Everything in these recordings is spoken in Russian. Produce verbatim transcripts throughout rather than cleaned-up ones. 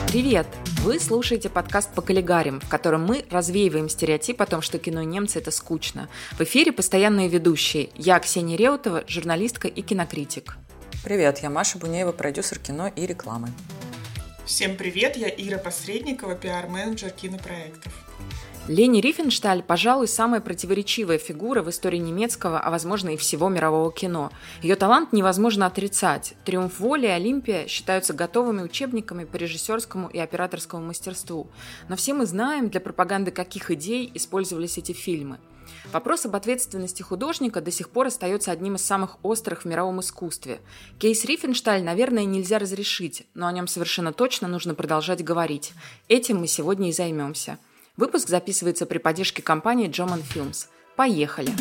Привет! Вы слушаете подкаст «По коллегарям», в котором мы развеиваем стереотип о том, что кино и немцы – это скучно. В эфире постоянные ведущие. Я Ксения Реутова, журналистка и кинокритик. Привет, я Маша Бунеева, продюсер кино и рекламы. Всем привет, я Ира Посредникова, пиар-менеджер кинопроектов. Лени Рифеншталь, пожалуй, самая противоречивая фигура в истории немецкого, а возможно и всего мирового кино. Ее талант невозможно отрицать. «Триумф воли» и «Олимпия» считаются готовыми учебниками по режиссерскому и операторскому мастерству. Но все мы знаем, для пропаганды каких идей использовались эти фильмы. Вопрос об ответственности художника до сих пор остается одним из самых острых в мировом искусстве. Кейс Рифеншталь, наверное, нельзя разрешить, но о нем совершенно точно нужно продолжать говорить. Этим мы сегодня и займемся. Выпуск записывается при поддержке компании Джоман Films. Поехали!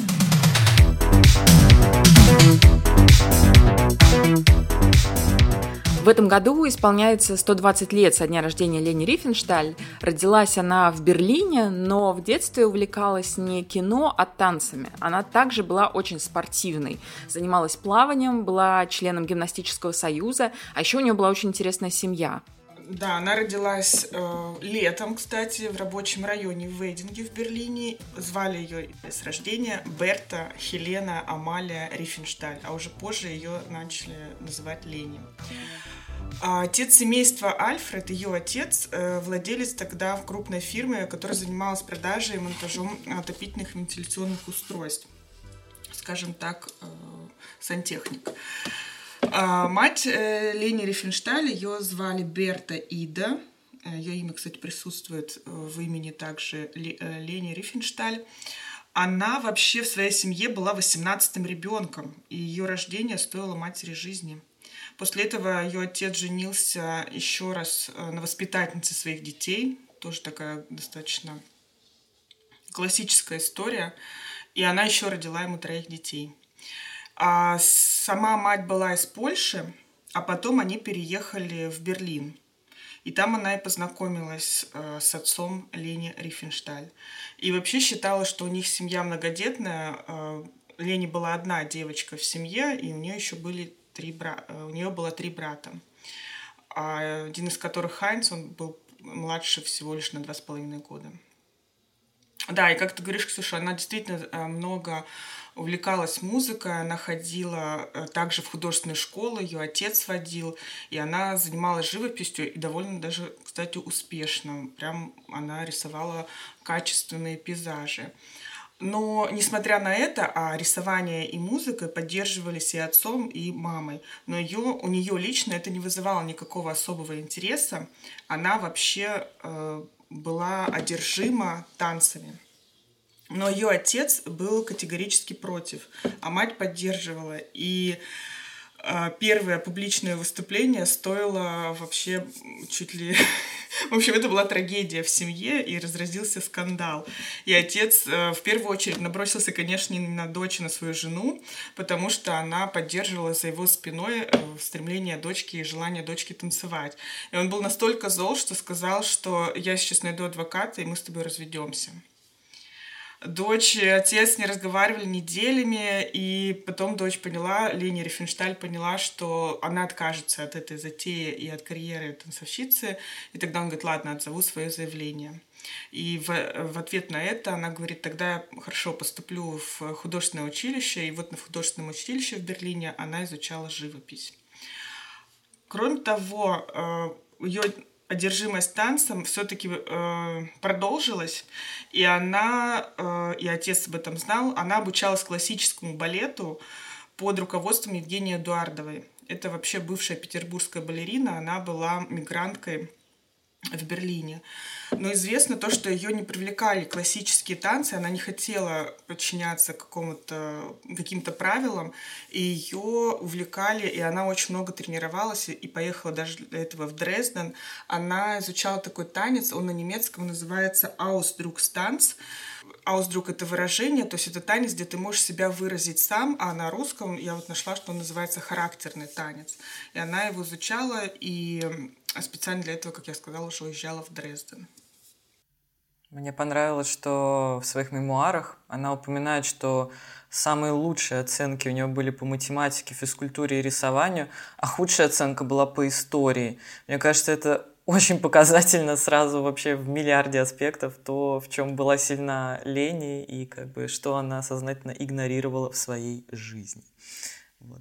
В этом году исполняется сто двадцать лет со дня рождения Лени Рифеншталь. Родилась она в Берлине, но в детстве увлекалась не кино, а танцами. Она также была очень спортивной. Занималась плаванием, была членом гимнастического союза, а еще у нее была очень интересная семья. Да, она родилась э, летом, кстати, в рабочем районе в Вейдинге в Берлине. Звали ее с рождения Берта Хелена Амалия Рифеншталь, а уже позже ее начали называть Лени. А отец семейства Альфред, ее отец, э, владелец тогда в крупной фирме, которая занималась продажей и монтажом отопительных вентиляционных устройств. Скажем так, э, сантехник. А мать э, Лени Рифеншталь, ее звали Берта Ида. Ее имя, кстати, присутствует в имени также Лени Рифеншталь. Она вообще в своей семье была восемнадцатым ребенком, и ее рождение стоило матери жизни. После этого ее отец женился еще раз на воспитательнице своих детей. Тоже такая достаточно классическая история. И она еще родила ему троих детей. А сама мать была из Польши, а потом они переехали в Берлин. И там она и познакомилась э, с отцом Лени Рифеншталь. И вообще считала, что у них семья многодетная. Э, Лени была одна девочка в семье, и у нее еще были три бра... у нее было три брата. А один из которых, Хайнц, он был младше всего лишь на два с половиной года. Да, и как ты говоришь, Ксюша, она действительно много увлекалась музыкой, она ходила также в художественную школу, ее отец водил, и она занималась живописью, и довольно даже, кстати, успешно. Прям она рисовала качественные пейзажи. Но, несмотря на это, а рисование и музыка поддерживались и отцом, и мамой. Но ее, у нее лично это не вызывало никакого особого интереса. Она вообще э, была одержима танцами. Но ее отец был категорически против, а мать поддерживала. И э, первое публичное выступление стоило вообще чуть ли... В общем, это была трагедия в семье, и разразился скандал. И отец э, в первую очередь набросился, конечно, не на дочь, а на свою жену, потому что она поддерживала за его спиной э, стремление дочки и желание дочки танцевать. И он был настолько зол, что сказал, что я сейчас найду адвоката, и мы с тобой разведемся. Дочь и отец не разговаривали неделями, и потом дочь поняла, Лени Рифеншталь поняла, что она откажется от этой затеи и от карьеры танцовщицы, и тогда он говорит, ладно, отзову свое заявление. И в, в ответ на это она говорит, тогда я хорошо поступлю в художественное училище, и вот на художественном училище в Берлине она изучала живопись. Кроме того, ее одержимость танцем все-таки э, продолжилась, и она, э, и отец об этом знал, она обучалась классическому балету под руководством Евгении Эдуардовой. Это вообще бывшая петербургская балерина, она была мигранткой в Берлине. Но известно то, что ее не привлекали классические танцы, она не хотела подчиняться какому-то, каким-то правилам, и ее увлекали, и она очень много тренировалась, и поехала даже для этого в Дрезден. Она изучала такой танец, он на немецком называется «Ausdruckstanz». Ausdruck — это выражение, то есть это танец, где ты можешь себя выразить сам, а на русском я вот нашла, что он называется характерный танец. И она его изучала, и специально для этого, как я сказала, уже уезжала в Дрезден. Мне понравилось, что в своих мемуарах она упоминает, что самые лучшие оценки у нее были по математике, физкультуре и рисованию, а худшая оценка была по истории. Мне кажется, это очень показательно сразу вообще в миллиарде аспектов то, в чем была сильна Лени и как бы что она сознательно игнорировала в своей жизни. Вот.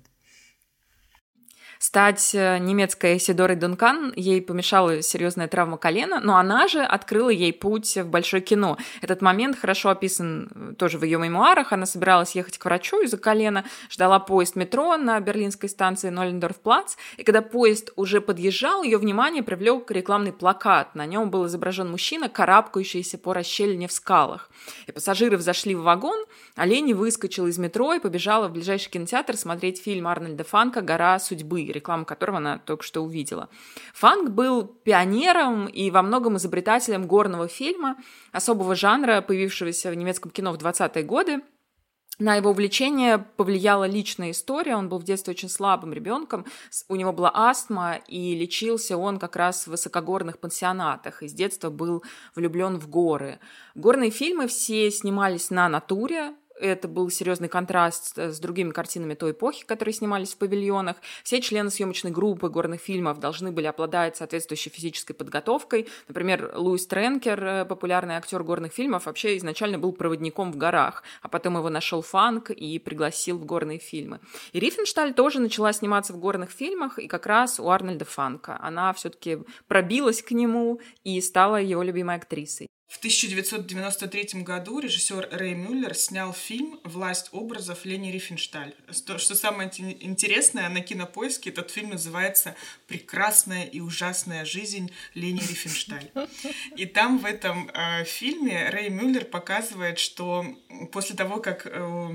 Стать немецкой Исидорой Дункан ей помешала серьезная травма колена, но она же открыла ей путь в большое кино. Этот момент хорошо описан тоже в ее мемуарах. Она собиралась ехать к врачу из-за колена, ждала поезд метро на берлинской станции Ноллендорф-плац, и когда поезд уже подъезжал, ее внимание привлек рекламный плакат. На нем был изображен мужчина, карабкающийся по расщелине в скалах. И пассажиры взошли в вагон, а Лени выскочила из метро и побежала в ближайший кинотеатр смотреть фильм Арнольда Фанка «Гора судьбы», рекламу которого она только что увидела. Фанк был пионером и во многом изобретателем горного фильма, особого жанра, появившегося в немецком кино в двадцатые годы. На его увлечение повлияла личная история. Он был в детстве очень слабым ребенком, у него была астма, и лечился он как раз в высокогорных пансионатах, и с детства был влюблен в горы. Горные фильмы все снимались на натуре. Это был серьезный контраст с другими картинами той эпохи, которые снимались в павильонах. Все члены съемочной группы горных фильмов должны были обладать соответствующей физической подготовкой. Например, Луис Тренкер, популярный актер горных фильмов, вообще изначально был проводником в горах, а потом его нашел Фанк и пригласил в горные фильмы. И Рифеншталь тоже начала сниматься в горных фильмах, и как раз у Арнольда Фанка. Она все-таки пробилась к нему и стала его любимой актрисой. В тысяча девятьсот девяносто третьем году режиссер Рэй Мюллер снял фильм «Власть образов» Лени Рифеншталь. Что, что самое интересное, на Кинопоиске этот фильм называется «Прекрасная и ужасная жизнь Лени Рифеншталь». И там в этом э, фильме Рэй Мюллер показывает, что после того, как э,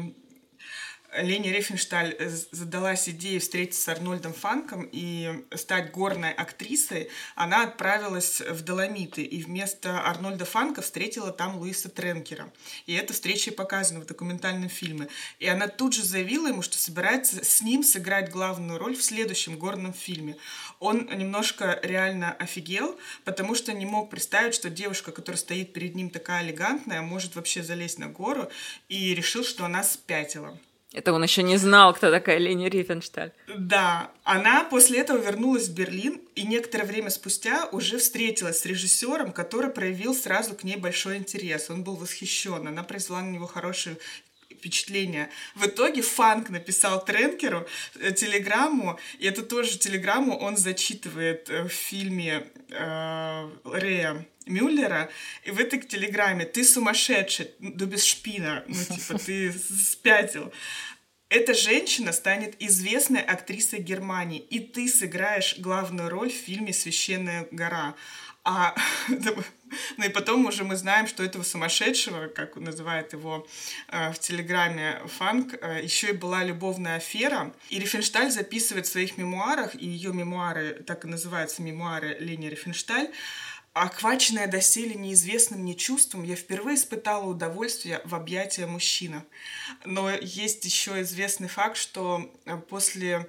Лени Рифеншталь задалась идеей встретиться с Арнольдом Фанком и стать горной актрисой, она отправилась в Доломиты и вместо Арнольда Фанка встретила там Луиса Тренкера. И эта встреча показана в документальном фильме. И она тут же заявила ему, что собирается с ним сыграть главную роль в следующем горном фильме. Он немножко реально офигел, потому что не мог представить, что девушка, которая стоит перед ним такая элегантная, может вообще залезть на гору, и решил, что она спятила. Это он еще не знал, кто такая Лени Рифеншталь. Да, она после этого вернулась в Берлин и некоторое время спустя уже встретилась с режиссером, который проявил сразу к ней большой интерес. Он был восхищен, она произвела на него хорошее впечатление. В итоге Фанк написал Тренкеру телеграмму, и эту тоже телеграмму он зачитывает в фильме э, Рэя Мюллера, и в этой телеграмме: «Ты сумасшедший, да без шпина, ну типа ты спятил. Эта женщина станет известной актрисой Германии, и ты сыграешь главную роль в фильме «Священная гора». А, ну и потом уже мы знаем, что этого сумасшедшего, как называет его э, в телеграме Фанк, э, еще и была любовная афера. И Рифеншталь записывает в своих мемуарах, и ее мемуары, так и называются, мемуары Лени Рифеншталь: «Охваченная доселе неизвестным мне чувством, я впервые испытала удовольствие в объятия мужчины». Но есть еще известный факт, что после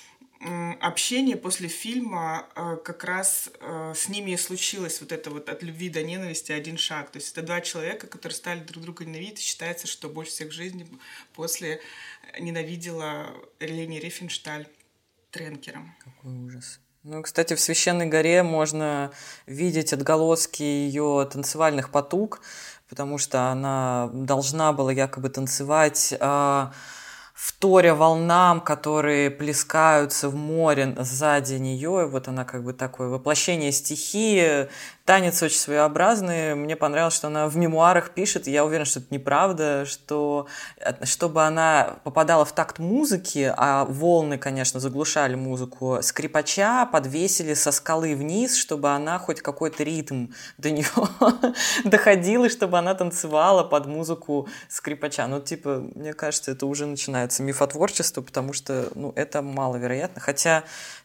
общения, после фильма как раз с ними и случилось вот это вот от любви до ненависти один шаг. То есть это два человека, которые стали друг друга ненавидеть. Считается, что больше всех в жизни после ненавидела Лени Рифеншталь Тренкера. Какой ужас. Ну, кстати, в «Священной горе» можно видеть отголоски ее танцевальных потуг, потому что она должна была якобы танцевать э, вторя волнам, которые плескаются в море сзади нее. И вот она как бы такое воплощение стихии. Танец очень своеобразный. Мне понравилось, что она в мемуарах пишет, и я уверена, что это неправда, что чтобы она попадала в такт музыки, а волны, конечно, заглушали музыку, скрипача подвесили со скалы вниз, чтобы она хоть какой-то ритм до нее доходила, чтобы она танцевала под музыку скрипача. Ну, типа, мне кажется, это уже начинается мифотворчество, потому что, ну, это маловероятно. Хотя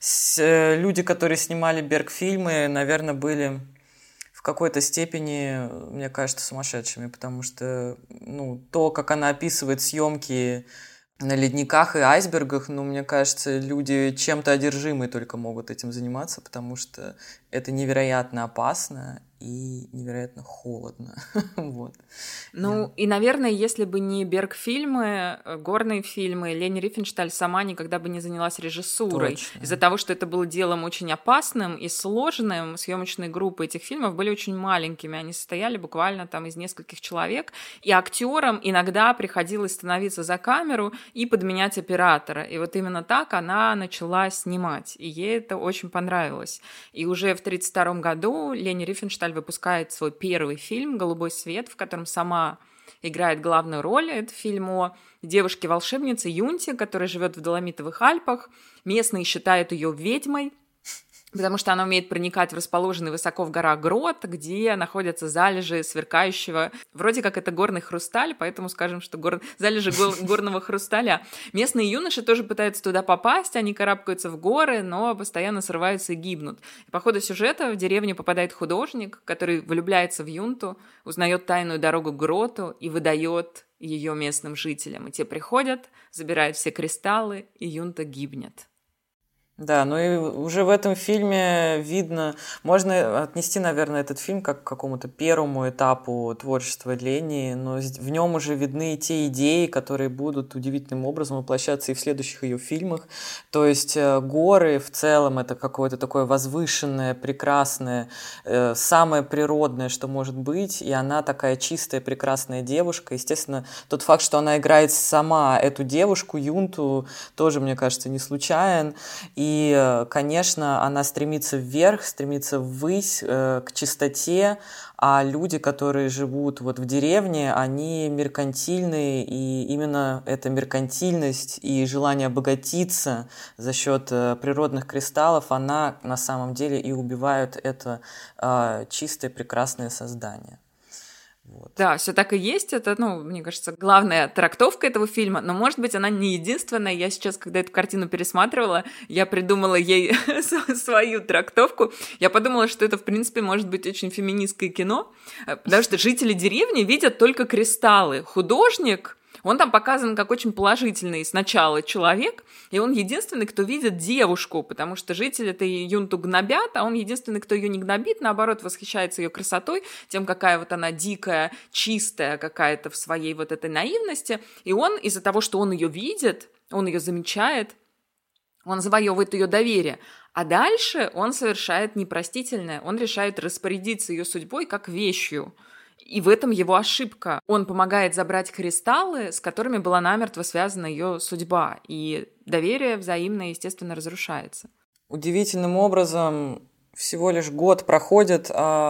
люди, которые снимали Берг-фильмы, наверное, были в какой-то степени, мне кажется, сумасшедшими, потому что, ну, то, как она описывает съемки на ледниках и айсбергах, ну, мне кажется, люди чем-то одержимые только могут этим заниматься, потому что это невероятно опасно, и невероятно холодно. Вот. Ну, Я... и, наверное, если бы не Берг-фильмы, горные фильмы, Лени Рифеншталь сама никогда бы не занялась режиссурой. Точно. Из-за того, что это было делом очень опасным и сложным, съемочные группы этих фильмов были очень маленькими. Они состояли буквально там из нескольких человек, и актерам иногда приходилось становиться за камеру и подменять оператора. И вот именно так она начала снимать, и ей это очень понравилось. И уже в тысяча девятьсот тридцать втором году Лени Рифеншталь выпускает свой первый фильм «Голубой свет», в котором сама играет главную роль. Это фильм о девушке-волшебнице Юнте, которая живет в Доломитовых Альпах. Местные считают ее ведьмой, потому что она умеет проникать в расположенный высоко в горах грот, где находятся залежи сверкающего, вроде как это горный хрусталь, поэтому скажем, что гор... залежи гор... горного хрусталя. Местные юноши тоже пытаются туда попасть, они карабкаются в горы, но постоянно срываются и гибнут. И по ходу сюжета в деревню попадает художник, который влюбляется в Юнту, узнает тайную дорогу к гроту и выдает ее местным жителям. И те приходят, забирают все кристаллы, и Юнта гибнет. Да, ну и уже в этом фильме видно, можно отнести, наверное, этот фильм как к какому-то первому этапу творчества Лени, но в нем уже видны те идеи, которые будут удивительным образом воплощаться и в следующих ее фильмах. То есть горы в целом это какое-то такое возвышенное, прекрасное, самое природное, что может быть, и она такая чистая, прекрасная девушка. Естественно, тот факт, что она играет сама эту девушку, Юнту, тоже, мне кажется, не случайен. И И, конечно, она стремится вверх, стремится ввысь, э, к чистоте, а люди, которые живут вот в деревне, они меркантильные, и именно эта меркантильность и желание обогатиться за счет э, природных кристаллов, она на самом деле и убивает это э, чистое, прекрасное создание. Вот. Да, все так и есть. Это, ну, мне кажется, главная трактовка этого фильма, но, может быть, она не единственная. Я сейчас, когда эту картину пересматривала, я придумала ей свою трактовку. Я подумала, что это, в принципе, может быть очень феминистское кино, потому что жители деревни видят только кристаллы. Художник... Он там показан как очень положительный сначала человек, и он единственный, кто видит девушку, потому что жители-то Юнту гнобят, а он единственный, кто ее не гнобит, наоборот, восхищается ее красотой, тем, какая вот она дикая, чистая какая-то в своей вот этой наивности. И он из-за того, что он ее видит, он ее замечает, он завоевывает ее доверие. А дальше он совершает непростительное, он решает распорядиться ее судьбой как вещью. И в этом его ошибка. Он помогает забрать кристаллы, с которыми была намертво связана ее судьба. И доверие взаимное, естественно, разрушается. Удивительным образом всего лишь год проходит,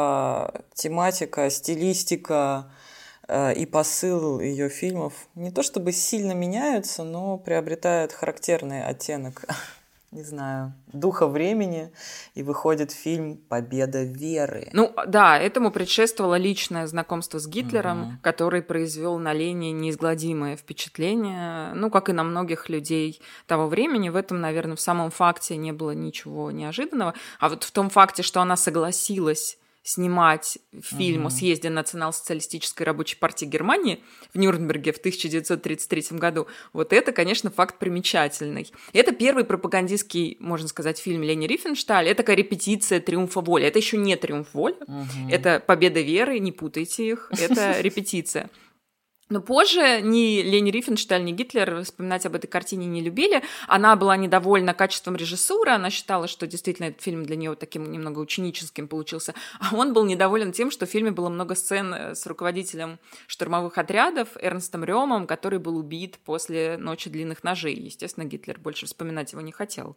а тематика, стилистика и посыл ее фильмов не то чтобы сильно меняются, но приобретают характерный оттенок, не знаю, духа времени, и выходит фильм «Победа веры». Ну да, этому предшествовало личное знакомство с Гитлером, угу. который произвел на Лени неизгладимое впечатление, ну, как и на многих людей того времени. В этом, наверное, в самом факте не было ничего неожиданного. А вот в том факте, что она согласилась снимать фильм uh-huh. о съезде Национал-социалистической рабочей партии Германии в Нюрнберге в тысяча девятьсот тридцать третьем году, вот это, конечно, факт примечательный. Это первый пропагандистский, можно сказать, фильм Лени Рифеншталь. Это такая репетиция «Триумфа воли». Это еще не «Триумф воли», uh-huh. это «Победа веры», не путайте их, это репетиция. Но позже ни Лени Рифеншталь, ни Гитлер вспоминать об этой картине не любили. Она была недовольна качеством режиссуры, она считала, что действительно этот фильм для нее таким немного ученическим получился. А он был недоволен тем, что в фильме было много сцен с руководителем штурмовых отрядов Эрнстом Рёмом, который был убит после «Ночи длинных ножей». Естественно, Гитлер больше вспоминать его не хотел.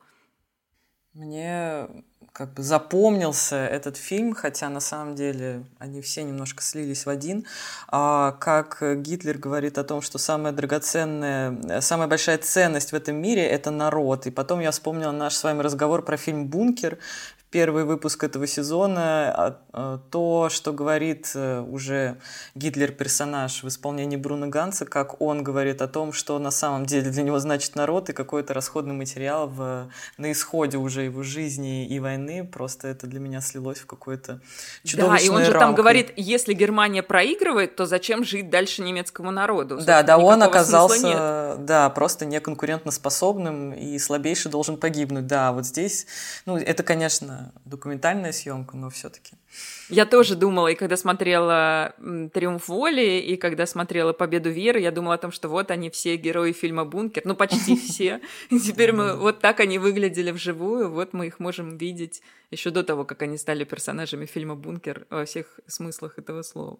Мне как бы запомнился этот фильм, хотя на самом деле они все немножко слились в один. А как Гитлер говорит о том, что самая драгоценная, самая большая ценность в этом мире – это народ. И потом я вспомнила наш с вами разговор про фильм «Бункер», первый выпуск этого сезона, то, что говорит уже Гитлер-персонаж в исполнении Бруно Ганца, как он говорит о том, что на самом деле для него значит народ и какой-то расходный материал в, на исходе уже его жизни и войны, просто это для меня слилось в какое-то чудовищное Да, и он же рамку. Там говорит, если Германия проигрывает, то зачем жить дальше немецкому народу? Да, да, он оказался да, просто неконкурентоспособным и слабейший должен погибнуть. Да, вот здесь, ну, это, конечно, документальная съемка, но все-таки. Я тоже думала, и когда смотрела «Триумф воли», и когда смотрела «Победу Веры», я думала о том, что вот они все герои фильма «Бункер», ну почти все. И теперь мы вот так они выглядели вживую, вот мы их можем видеть еще до того, как они стали персонажами фильма «Бункер» во всех смыслах этого слова.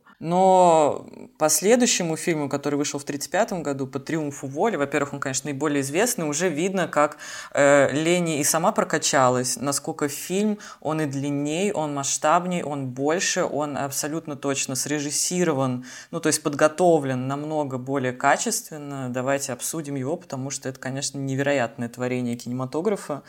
Но по следующему фильму, который вышел в тридцать пятом году, по «Триумфу воли», во-первых, он, конечно, наиболее известный, уже видно, как э, Лени и сама прокачалась, насколько фильм, он и длинней, он масштабней, он больше, он абсолютно точно срежиссирован, ну, то есть подготовлен намного более качественно. Давайте обсудим его, потому что это, конечно, невероятное творение кинематографа.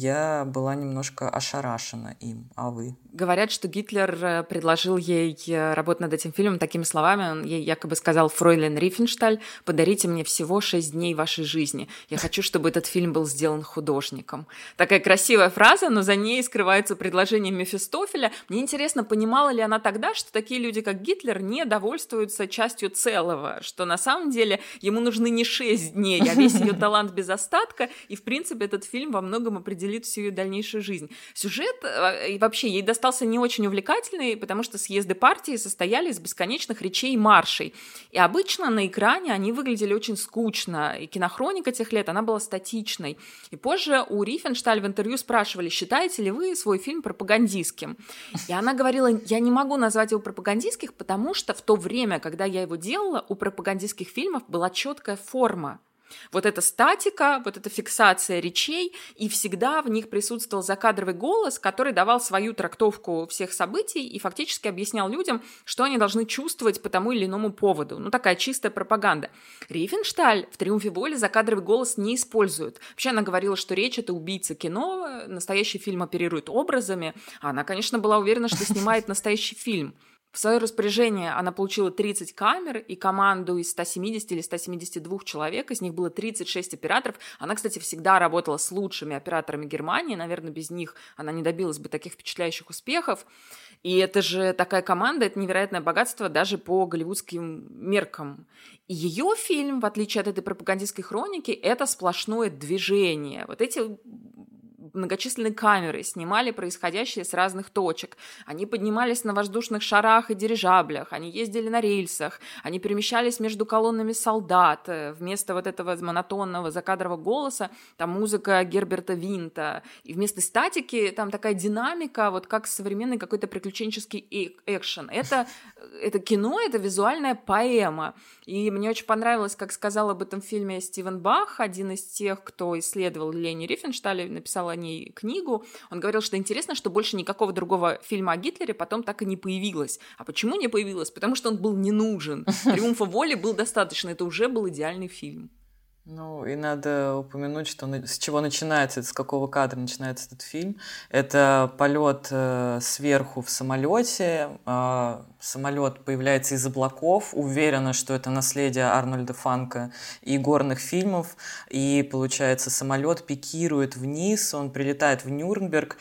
Я была немножко ошарашена им, а вы? Говорят, что Гитлер предложил ей работать над этим фильмом такими словами. Он ей якобы сказал: «Фройлен Рифеншталь, подарите мне всего шесть дней вашей жизни. Я хочу, чтобы этот фильм был сделан художником». Такая красивая фраза, но за ней скрывается предложение Мефистофеля. Мне интересно, понимала ли она тогда, что такие люди, как Гитлер, не довольствуются частью целого, что на самом деле ему нужны не шесть дней, а весь ее талант без остатка, и, в принципе, этот фильм во многом определит всю ее дальнейшую жизнь. Сюжет, и вообще, ей достался не очень увлекательный, потому что съезды партии состояли из бесконечных речей и маршей. И обычно на экране они выглядели очень скучно, и кинохроника тех лет, она была статичной. И позже у Рифеншталь в интервью спрашивали: считаете ли вы свой фильм пропагандистским? И она говорила: я не могу назвать его пропагандистским, потому что в то время, когда я его делала, у пропагандистских фильмов была четкая форма. Вот эта статика, вот эта фиксация речей, и всегда в них присутствовал закадровый голос, который давал свою трактовку всех событий и фактически объяснял людям, что они должны чувствовать по тому или иному поводу. Ну, такая чистая пропаганда. Рифеншталь в «Триумфе воли» закадровый голос не использует. Вообще она говорила, что речь — это убийца кино, настоящий фильм оперирует образами. А она, конечно, была уверена, что снимает настоящий фильм. В свое распоряжение она получила тридцать камер и команду из ста семидесяти или ста семидесяти двух человек, из них было тридцать шесть операторов. Она, кстати, всегда работала с лучшими операторами Германии, наверное, без них она не добилась бы таких впечатляющих успехов. И это же такая команда, это невероятное богатство даже по голливудским меркам. И ее фильм, в отличие от этой пропагандистской хроники, это сплошное движение. Вот эти многочисленные камеры снимали происходящее с разных точек. Они поднимались на воздушных шарах и дирижаблях, они ездили на рельсах, они перемещались между колоннами солдат. Вместо вот этого монотонного закадрового голоса там музыка Герберта Винта. И вместо статики там такая динамика, вот как современный какой-то приключенческий экшен. Это, это кино, это визуальная поэма. И мне очень понравилось, как сказал об этом фильме Стивен Бах, один из тех, кто исследовал Лени Рифеншталь, написал о ней книгу. Он говорил, что интересно, что больше никакого другого фильма о Гитлере потом так и не появилось. А почему не появилось? Потому что он был не нужен. «Триумфа воли» был достаточно, это уже был идеальный фильм. Ну, и надо упомянуть, что с чего начинается, с какого кадра начинается этот фильм. Это полет э, сверху в самолете. Э, самолет появляется из облаков. Уверена, что это наследие Арнольда Фанка и горных фильмов. И, получается, самолет пикирует вниз, он прилетает в Нюрнберг.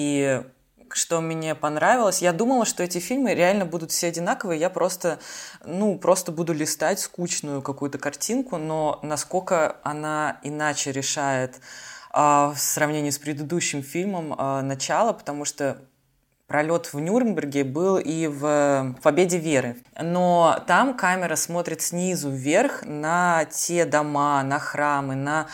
И что мне понравилось, я думала, что эти фильмы реально будут все одинаковые, я просто, ну, просто буду листать скучную какую-то картинку, но насколько она иначе решает а, в сравнении с предыдущим фильмом а, начало, потому что пролет в Нюрнберге был и в «Победе Веры». Но там камера смотрит снизу вверх на те дома, на храмы, на...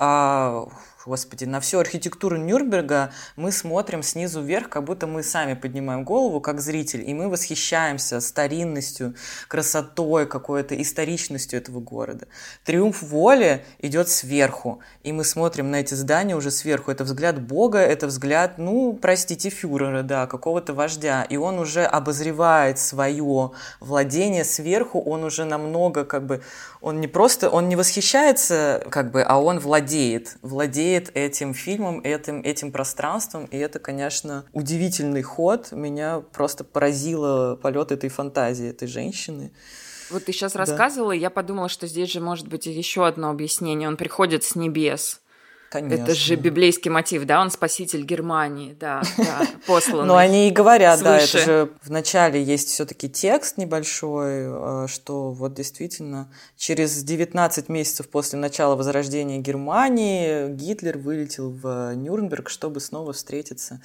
А, Господи, на всю архитектуру Нюрнберга мы смотрим снизу вверх, как будто мы сами поднимаем голову, как зритель, и мы восхищаемся старинностью, красотой, какой-то историчностью этого города. «Триумф воли» идет сверху, и мы смотрим на эти здания уже сверху. Это взгляд Бога, это взгляд, ну, простите, фюрера, да, какого-то вождя, и он уже обозревает свое владение сверху, он уже намного, как бы, он не просто, он не восхищается, как бы, а он владеет, владеет этим фильмом, этим, этим пространством, и это, конечно, удивительный ход. Меня просто поразило полет этой фантазии, этой женщины. Вот ты сейчас да. рассказывала, и я подумала, что здесь же может быть еще одно объяснение. Он приходит с небес. Конечно. Это же библейский мотив, да, он спаситель Германии, да, да, посланный. Ну, они и говорят, свыше. Да, это же в начале есть все-таки текст небольшой, что вот действительно через девятнадцать месяцев после начала возрождения Германии Гитлер вылетел в Нюрнберг, чтобы снова встретиться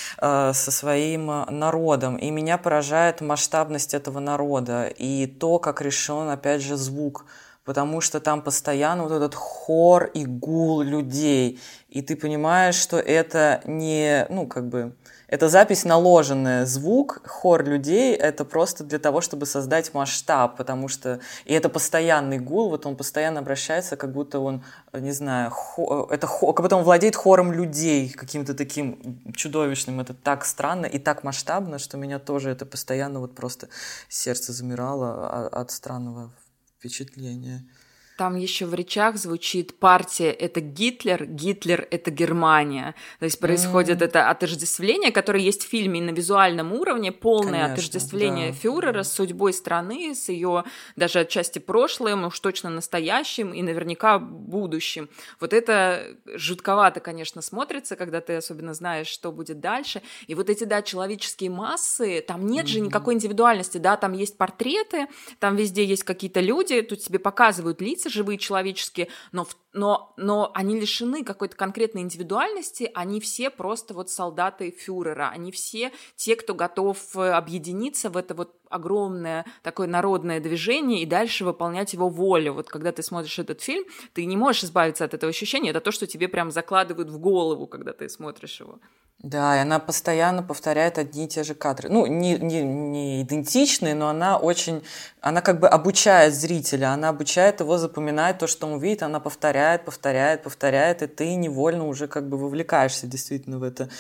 со своим народом. И меня поражает масштабность этого народа и то, как решен, опять же, звук. Потому что там постоянно вот этот хор и гул людей. И ты понимаешь, что это не, ну, как бы, это запись наложенная. Звук, хор людей, это просто для того, чтобы создать масштаб, потому что, и это постоянный гул, вот он постоянно обращается, как будто он, не знаю, хо, это хо, как будто он владеет хором людей, каким-то таким чудовищным. Это так странно и так масштабно, что меня тоже это постоянно вот просто сердце замирало от странного впечатление. Там еще в речах звучит партия — это Гитлер, Гитлер — это Германия. То есть происходит mm. это отождествление, которое есть в фильме и на визуальном уровне, полное Конечно, отождествление да. фюрера с судьбой страны, с ее даже отчасти прошлым, уж точно настоящим и наверняка будущим. Вот это жутковато, конечно, смотрится, когда ты особенно знаешь, что будет дальше. И вот эти, да, человеческие массы, там нет mm-hmm. же никакой индивидуальности, да, там есть портреты, там везде есть какие-то люди, тут тебе показывают лица, живые человеческие, но, но, но они лишены какой-то конкретной индивидуальности, они все просто вот солдаты фюрера, они все те, кто готов объединиться в это вот огромное такое народное движение и дальше выполнять его волю. Вот когда ты смотришь этот фильм, ты не можешь избавиться от этого ощущения, это то, что тебе прям закладывают в голову, когда ты смотришь его. Да, и она постоянно повторяет одни и те же кадры. Ну, не, не, не идентичные, но она очень... Она как бы обучает зрителя, она обучает его запоминать то, что он видит, она повторяет, повторяет, повторяет, и ты невольно уже как бы вовлекаешься действительно в это.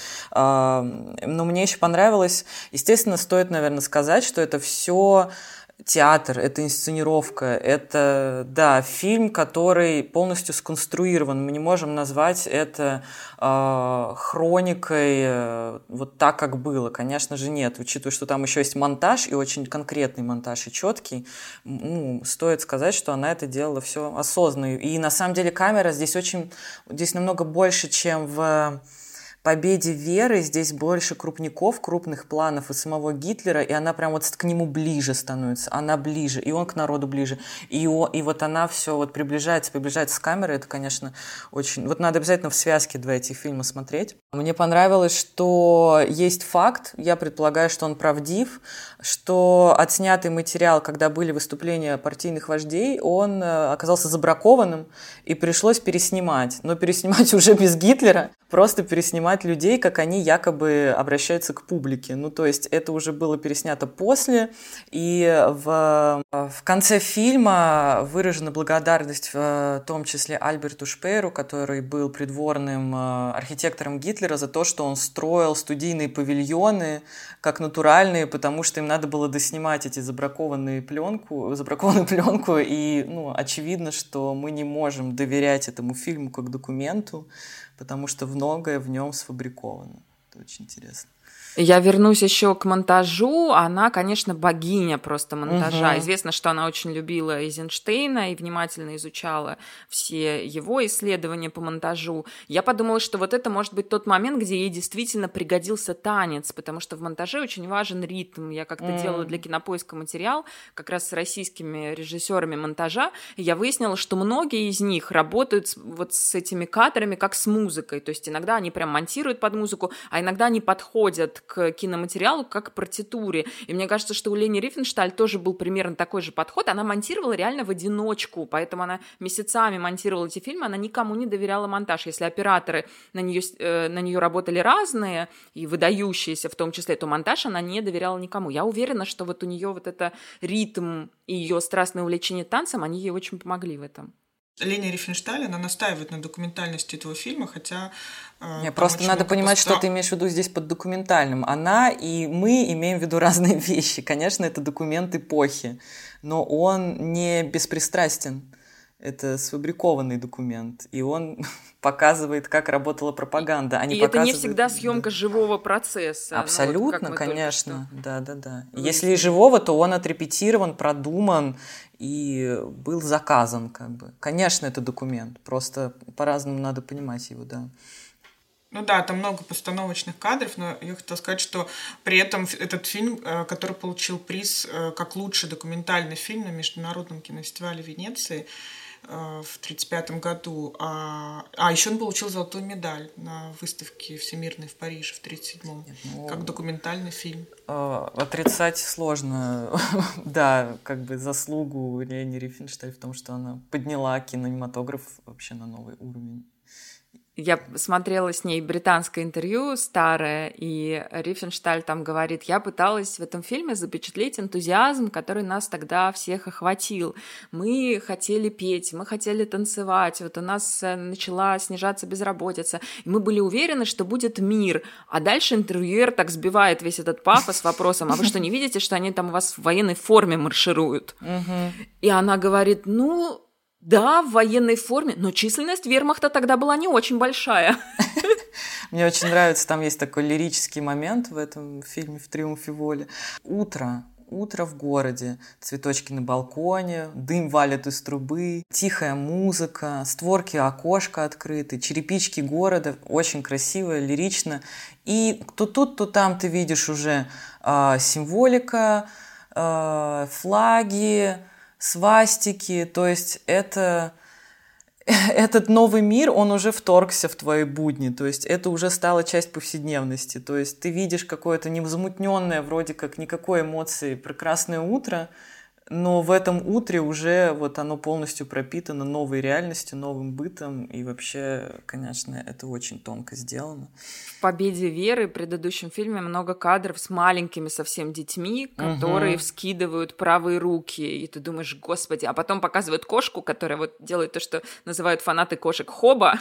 Но мне еще понравилось... Естественно, стоит, наверное, сказать, что это все... Театр, это инсценировка, это, да, фильм, который полностью сконструирован. Мы не можем назвать это э, хроникой э, вот так, как было. Конечно же, нет. Учитывая, что там еще есть монтаж, и очень конкретный монтаж, и четкий, ну, стоит сказать, что она это делала все осознанно. И на самом деле камера здесь очень, здесь намного больше, чем в... «Победе Веры», здесь больше крупников, крупных планов и самого Гитлера, и она прям вот к нему ближе становится, она ближе, и он к народу ближе, и, о, и вот она все вот приближается, приближается с камерой, это, конечно, очень... Вот надо обязательно в связке два этих фильма смотреть. Мне понравилось, что есть факт, я предполагаю, что он правдив, что отснятый материал, когда были выступления партийных вождей, он оказался забракованным, и пришлось переснимать, но переснимать уже без Гитлера, просто переснимать людей, как они якобы обращаются к публике. Ну, то есть это уже было переснято после, и в, в конце фильма выражена благодарность в том числе Альберту Шпееру, который был придворным архитектором Гитлера, за то, что он строил студийные павильоны как натуральные, потому что им надо было доснимать эти забракованные пленку, забракованную пленку, и, ну, очевидно, что мы не можем доверять этому фильму как документу, потому что многое в нем сфабриковано. Это очень интересно. Я вернусь еще к монтажу. Она, конечно, богиня просто монтажа. Угу. Известно, что она очень любила Эйзенштейна и внимательно изучала все его исследования по монтажу. Я подумала, что вот это может быть тот момент, где ей действительно пригодился танец, потому что в монтаже очень важен ритм. Я как-то mm. делала для Кинопоиска материал как раз с российскими режиссерами монтажа, и я выяснила, что многие из них работают вот с этими кадрами как с музыкой. То есть иногда они прям монтируют под музыку, а иногда они подходят к киноматериалу как к партитуре. И мне кажется, что у Лени Рифеншталь тоже был примерно такой же подход. Она монтировала реально в одиночку, поэтому она месяцами монтировала эти фильмы, она никому не доверяла монтаж. Если операторы на нее, э, на нее работали разные и выдающиеся в том числе, то монтаж она не доверяла никому. Я уверена, что вот у нее вот это ритм и ее страстное увлечение танцем, они ей очень помогли в этом. Лени Рифеншталь, она настаивает на документальности этого фильма, хотя... Э, Нет, просто надо понимать, постав... что ты имеешь в виду здесь под документальным. Она и мы имеем в виду разные вещи. Конечно, это документ эпохи, но он не беспристрастен. Это сфабрикованный документ, и он показывает, как работала пропаганда. И это не всегда съемка да. живого процесса. Абсолютно, ну, вот конечно. Да, да, да. Вы... Если и живого, то он отрепетирован, продуман, и был заказан, как бы. Конечно, это документ, просто по-разному надо понимать его, да. Ну да, там много постановочных кадров, но я хотела сказать, что при этом этот фильм, который получил приз как лучший документальный фильм на Международном кинофестивале Венеции в тридцать пятом году, а, а еще он получил золотую медаль на выставке всемирной в Париже в тридцать седьмом, ну, как документальный фильм. Отрицать сложно, да, как бы заслугу Лени Рифеншталь в том, что она подняла кинематограф вообще на новый уровень. Я смотрела с ней британское интервью старое, и Рифеншталь там говорит: я пыталась в этом фильме запечатлеть энтузиазм, который нас тогда всех охватил. Мы хотели петь, мы хотели танцевать, вот у нас начала снижаться безработица, и мы были уверены, что будет мир. А дальше интервьюер так сбивает весь этот пафос вопросом: а вы что, не видите, что они там у вас в военной форме маршируют? И она говорит: ну... да, в военной форме, но численность вермахта тогда была не очень большая. Мне очень нравится, там есть такой лирический момент в этом фильме «В триумфе воли». Утро, утро в городе, цветочки на балконе, дым валит из трубы, тихая музыка, створки окошка открыты, черепички города, очень красиво, лирично. И то тут, то там ты видишь уже э, символика, э, флаги, свастики, то есть это, этот новый мир, он уже вторгся в твои будни, то есть это уже стало часть повседневности, то есть ты видишь какое-то невозмутненное, вроде как никакой эмоции, прекрасное утро, но в этом утре уже вот оно полностью пропитано новой реальностью, новым бытом, и вообще, конечно, это очень тонко сделано. В «Победе Веры» в предыдущем фильме много кадров с маленькими совсем детьми, которые угу. вскидывают правые руки, и ты думаешь: господи, а потом показывают кошку, которая вот делает то, что называют фанаты кошек хоба,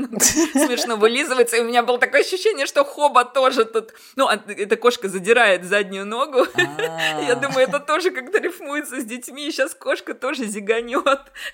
смешно вылизывается, и у меня было такое ощущение, что хоба тоже тут, ну, эта кошка задирает заднюю ногу, я думаю, это тоже как-то рифмуется с детьми, и сейчас кошка тоже зиганет.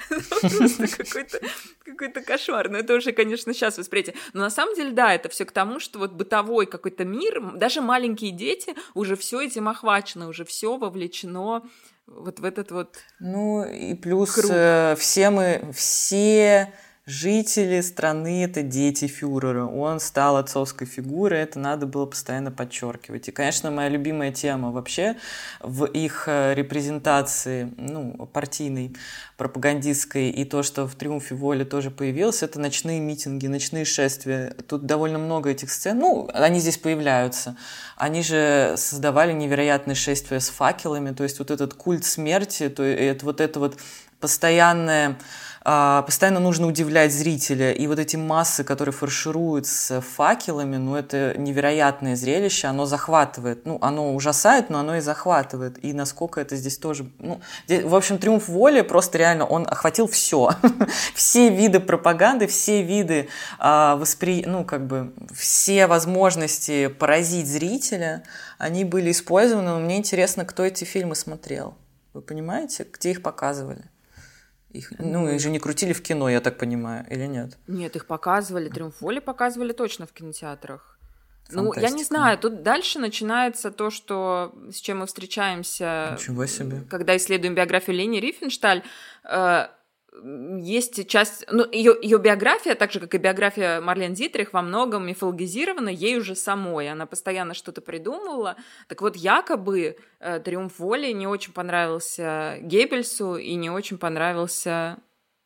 Просто какой-то, какой-то кошмар. Но это уже, конечно, сейчас восприятие. Но на самом деле, да, это все к тому, что вот бытовой какой-то мир, даже маленькие дети, уже все этим охвачено, уже все вовлечено вот в этот вот Ну и плюс э, все мы, все... жители страны — это дети фюрера. Он стал отцовской фигурой, это надо было постоянно подчеркивать. И, конечно, моя любимая тема вообще в их репрезентации, ну, партийной, пропагандистской, и то, что в «Триумфе воли» тоже появилось, это ночные митинги, ночные шествия. Тут довольно много этих сцен. Ну, они здесь появляются. Они же создавали невероятные шествия с факелами, то есть вот этот культ смерти, то есть вот это вот постоянное... Постоянно нужно удивлять зрителя, и вот эти массы, которые фаршируют с факелами, ну, это невероятное зрелище, оно захватывает, ну, оно ужасает, но оно и захватывает, и насколько это здесь тоже, ну, здесь, в общем, «Триумф воли» просто реально, он охватил все, все виды пропаганды, все виды воспри... ну, как бы, все возможности поразить зрителя, они были использованы, но мне интересно, кто эти фильмы смотрел, вы понимаете, где их показывали? Их, ну, их же не крутили в кино, я так понимаю, или нет? Нет, их показывали, «Триумф воли» показывали точно в кинотеатрах. Ну, я не знаю, тут дальше начинается то, что, с чем мы встречаемся, Ничего себе. Когда исследуем биографию Лени Рифеншталь. Э, есть часть... Ну, ее, ее биография, так же, как и биография Марлен Дитрих, во многом мифологизирована ей уже самой. Она постоянно что-то придумывала. Так вот, якобы э, «Триумф воли» не очень понравился Геббельсу и не очень понравился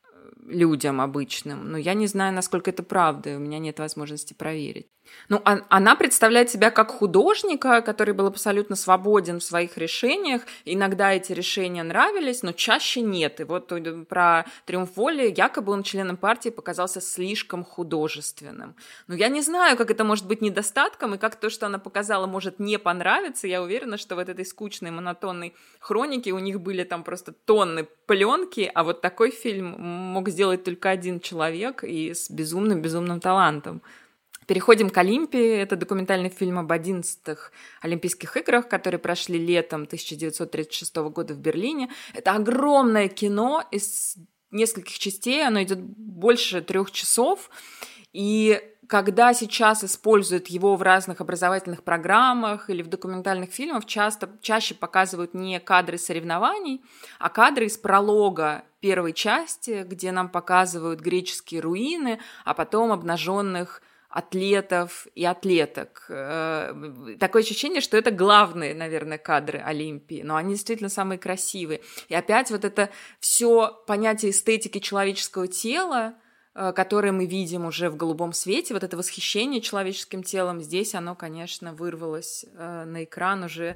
людям обычным. Но я не знаю, насколько это правда, и у меня нет возможности проверить. Ну, а, она представляет себя как художника, который был абсолютно свободен в своих решениях. Иногда эти решения нравились, но чаще нет. И вот про «Триумф воли» якобы он членом партии показался слишком художественным. Но я не знаю, как это может быть недостатком, и как то, что она показала, может не понравиться. Я уверена, что вот этой скучной, монотонной хронике у них были там просто тонны пленки, а вот такой фильм мог сделать только один человек и с безумным-безумным талантом. Переходим к Олимпии. Это документальный фильм об одиннадцатых Олимпийских играх, которые прошли летом тысяча девятьсот тридцать шестого года в Берлине. Это огромное кино из нескольких частей. Оно идет больше трех часов. И когда сейчас используют его в разных образовательных программах или в документальных фильмах, часто, чаще показывают не кадры соревнований, а кадры из пролога первой части, где нам показывают греческие руины, а потом обнаженных атлетов и атлеток. Такое ощущение, что это главные, наверное, кадры Олимпии, но они действительно самые красивые. И опять вот это все понятие эстетики человеческого тела, которое мы видим уже в голубом свете, вот это восхищение человеческим телом, здесь оно, конечно, вырвалось на экран уже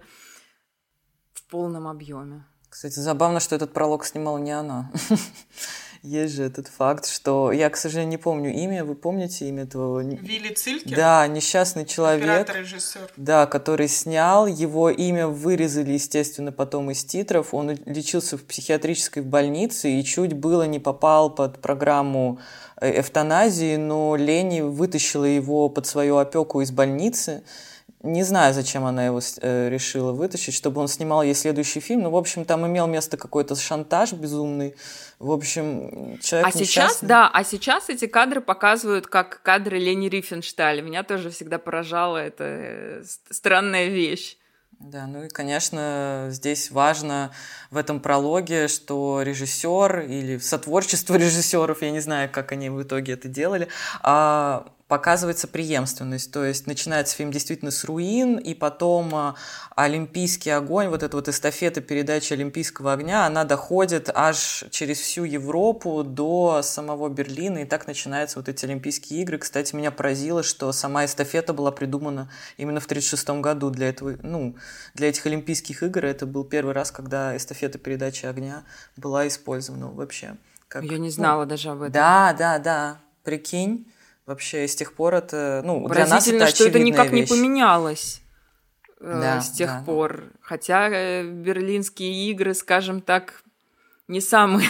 в полном объеме. Кстати, забавно, что этот пролог снимала не она. Есть же этот факт, что... Я, к сожалению, не помню имя. Вы помните имя этого? Вилли Цилькер? Да, несчастный человек. Оператор-режиссер. Да, который снял. Его имя вырезали, естественно, потом из титров. Он лечился в психиатрической больнице и чуть было не попал под программу эвтаназии, но Лени вытащила его под свою опеку из больницы. Не знаю, зачем она его э, решила вытащить, чтобы он снимал ей следующий фильм. Ну, в общем, там имел место какой-то шантаж безумный. В общем, человек а несчастный. сейчас, да, а сейчас эти кадры показывают как кадры Лени Рифеншталь. Меня тоже всегда поражала эта странная вещь. Да, ну и, конечно, здесь важно в этом прологе, что режиссер или сотворчество режиссеров, я не знаю, как они в итоге это делали, а показывается преемственность, то есть начинается фильм действительно с руин, и потом олимпийский огонь, вот эта вот эстафета передачи олимпийского огня, она доходит аж через всю Европу до самого Берлина, и так начинаются вот эти Олимпийские игры. Кстати, меня поразило, что сама эстафета была придумана именно в тридцать шестом году для этого, ну, для этих Олимпийских игр. Это был первый раз, когда эстафета передачи огня была использована вообще. Как, Я не знала ну, даже об этом. Да, да, да, прикинь. Вообще, с тех пор это, ну, для нас это Поразительно, что это никак вещь. не поменялось э, да, с тех да. пор. Хотя э, берлинские игры, скажем так, не самые,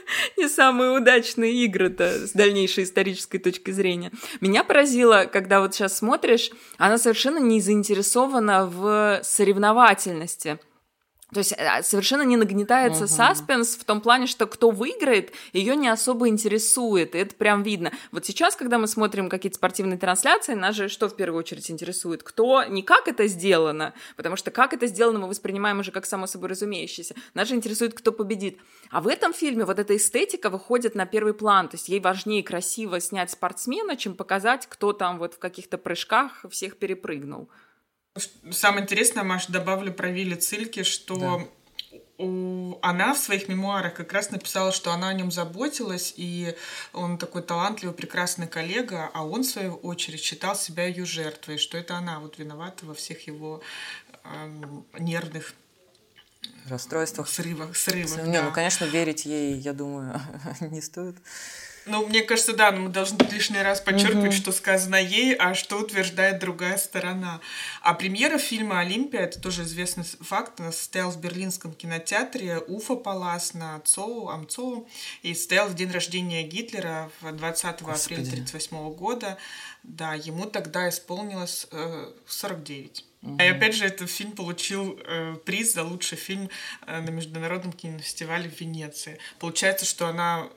не самые удачные игры-то с дальнейшей исторической точки зрения. Меня поразило, когда вот сейчас смотришь, она совершенно не заинтересована в соревновательности. То есть совершенно не нагнетается uh-huh. саспенс в том плане, что кто выиграет, ее не особо интересует, и это прям видно. Вот сейчас, когда мы смотрим какие-то спортивные трансляции, нас же что в первую очередь интересует? Кто, не как это сделано, потому что как это сделано мы воспринимаем уже как само собой разумеющееся. Нас же интересует, кто победит. А в этом фильме вот эта эстетика выходит на первый план, то есть ей важнее красиво снять спортсмена, чем показать, кто там вот в каких-то прыжках всех перепрыгнул. Самое интересное, Маш, добавлю про Вилли Цильке, что да. у... она в своих мемуарах как раз написала, что она о нем заботилась, и он такой талантливый, прекрасный коллега, а он, в свою очередь, считал себя ее жертвой, что это она вот виновата во всех его эм, нервных расстройствах, срывах. срывах не, да. Ну, конечно, верить ей, я думаю, не стоит. Ну, мне кажется, да, мы должны лишний раз подчеркивать, uh-huh. что сказано ей, а что утверждает другая сторона. А премьера фильма «Олимпия», это тоже известный факт, она состоялась в Берлинском кинотеатре Уфа Палас на Цоу, Амцоу, и состоялась в день рождения Гитлера в двадцатого апреля тысяча девятьсот тридцать восьмого года. Да, ему тогда исполнилось э, сорок девять. Uh-huh. И опять же, этот фильм получил э, приз за лучший фильм э, на Международном кинофестивале в Венеции. Получается, что она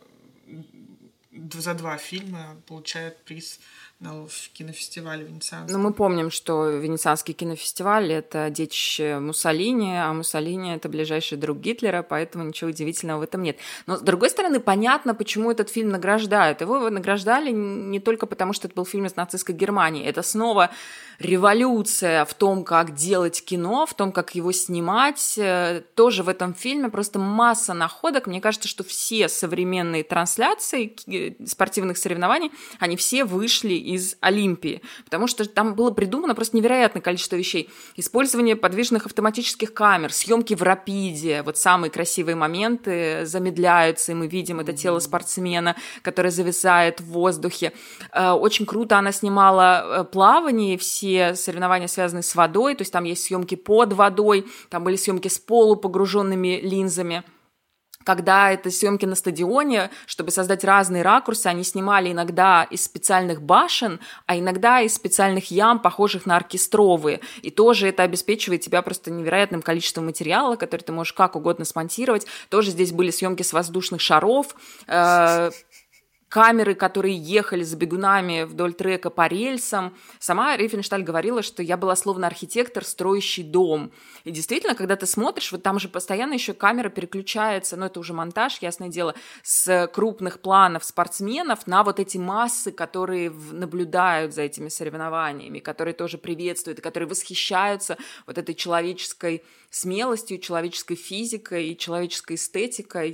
за два фильма получает приз на кинофестивале Венецианском. Ну, мы помним, что Венецианский кинофестиваль — это детище Муссолини, а Муссолини — это ближайший друг Гитлера, поэтому ничего удивительного в этом нет. Но, с другой стороны, понятно, почему этот фильм награждают. Его награждали не только потому, что это был фильм из нацистской Германии. Это снова революция в том, как делать кино, в том, как его снимать. Тоже в этом фильме просто масса находок. Мне кажется, что все современные трансляции спортивных соревнований, они все вышли из Олимпии, потому что там было придумано просто невероятное количество вещей. Использование подвижных автоматических камер, съемки в рапиде, вот самые красивые моменты замедляются, и мы видим это тело спортсмена, которое зависает в воздухе. Очень круто она снимала плавание, все соревнования связаны с водой, то есть там есть съемки под водой, там были съемки с полупогруженными линзами. Когда это съемки на стадионе, чтобы создать разные ракурсы, они снимали иногда из специальных башен, а иногда из специальных ям, похожих на оркестровые. И тоже это обеспечивает тебя просто невероятным количеством материала, который ты можешь как угодно смонтировать. Тоже здесь были съемки с воздушных шаров. камеры, которые ехали за бегунами вдоль трека по рельсам. Сама Рифеншталь говорила, что я была словно архитектор, строящий дом. И действительно, когда ты смотришь, вот там же постоянно еще камера переключается, но это уже монтаж, ясное дело, с крупных планов спортсменов на вот эти массы, которые наблюдают за этими соревнованиями, которые тоже приветствуют, и которые восхищаются вот этой человеческой смелостью, человеческой физикой и человеческой эстетикой.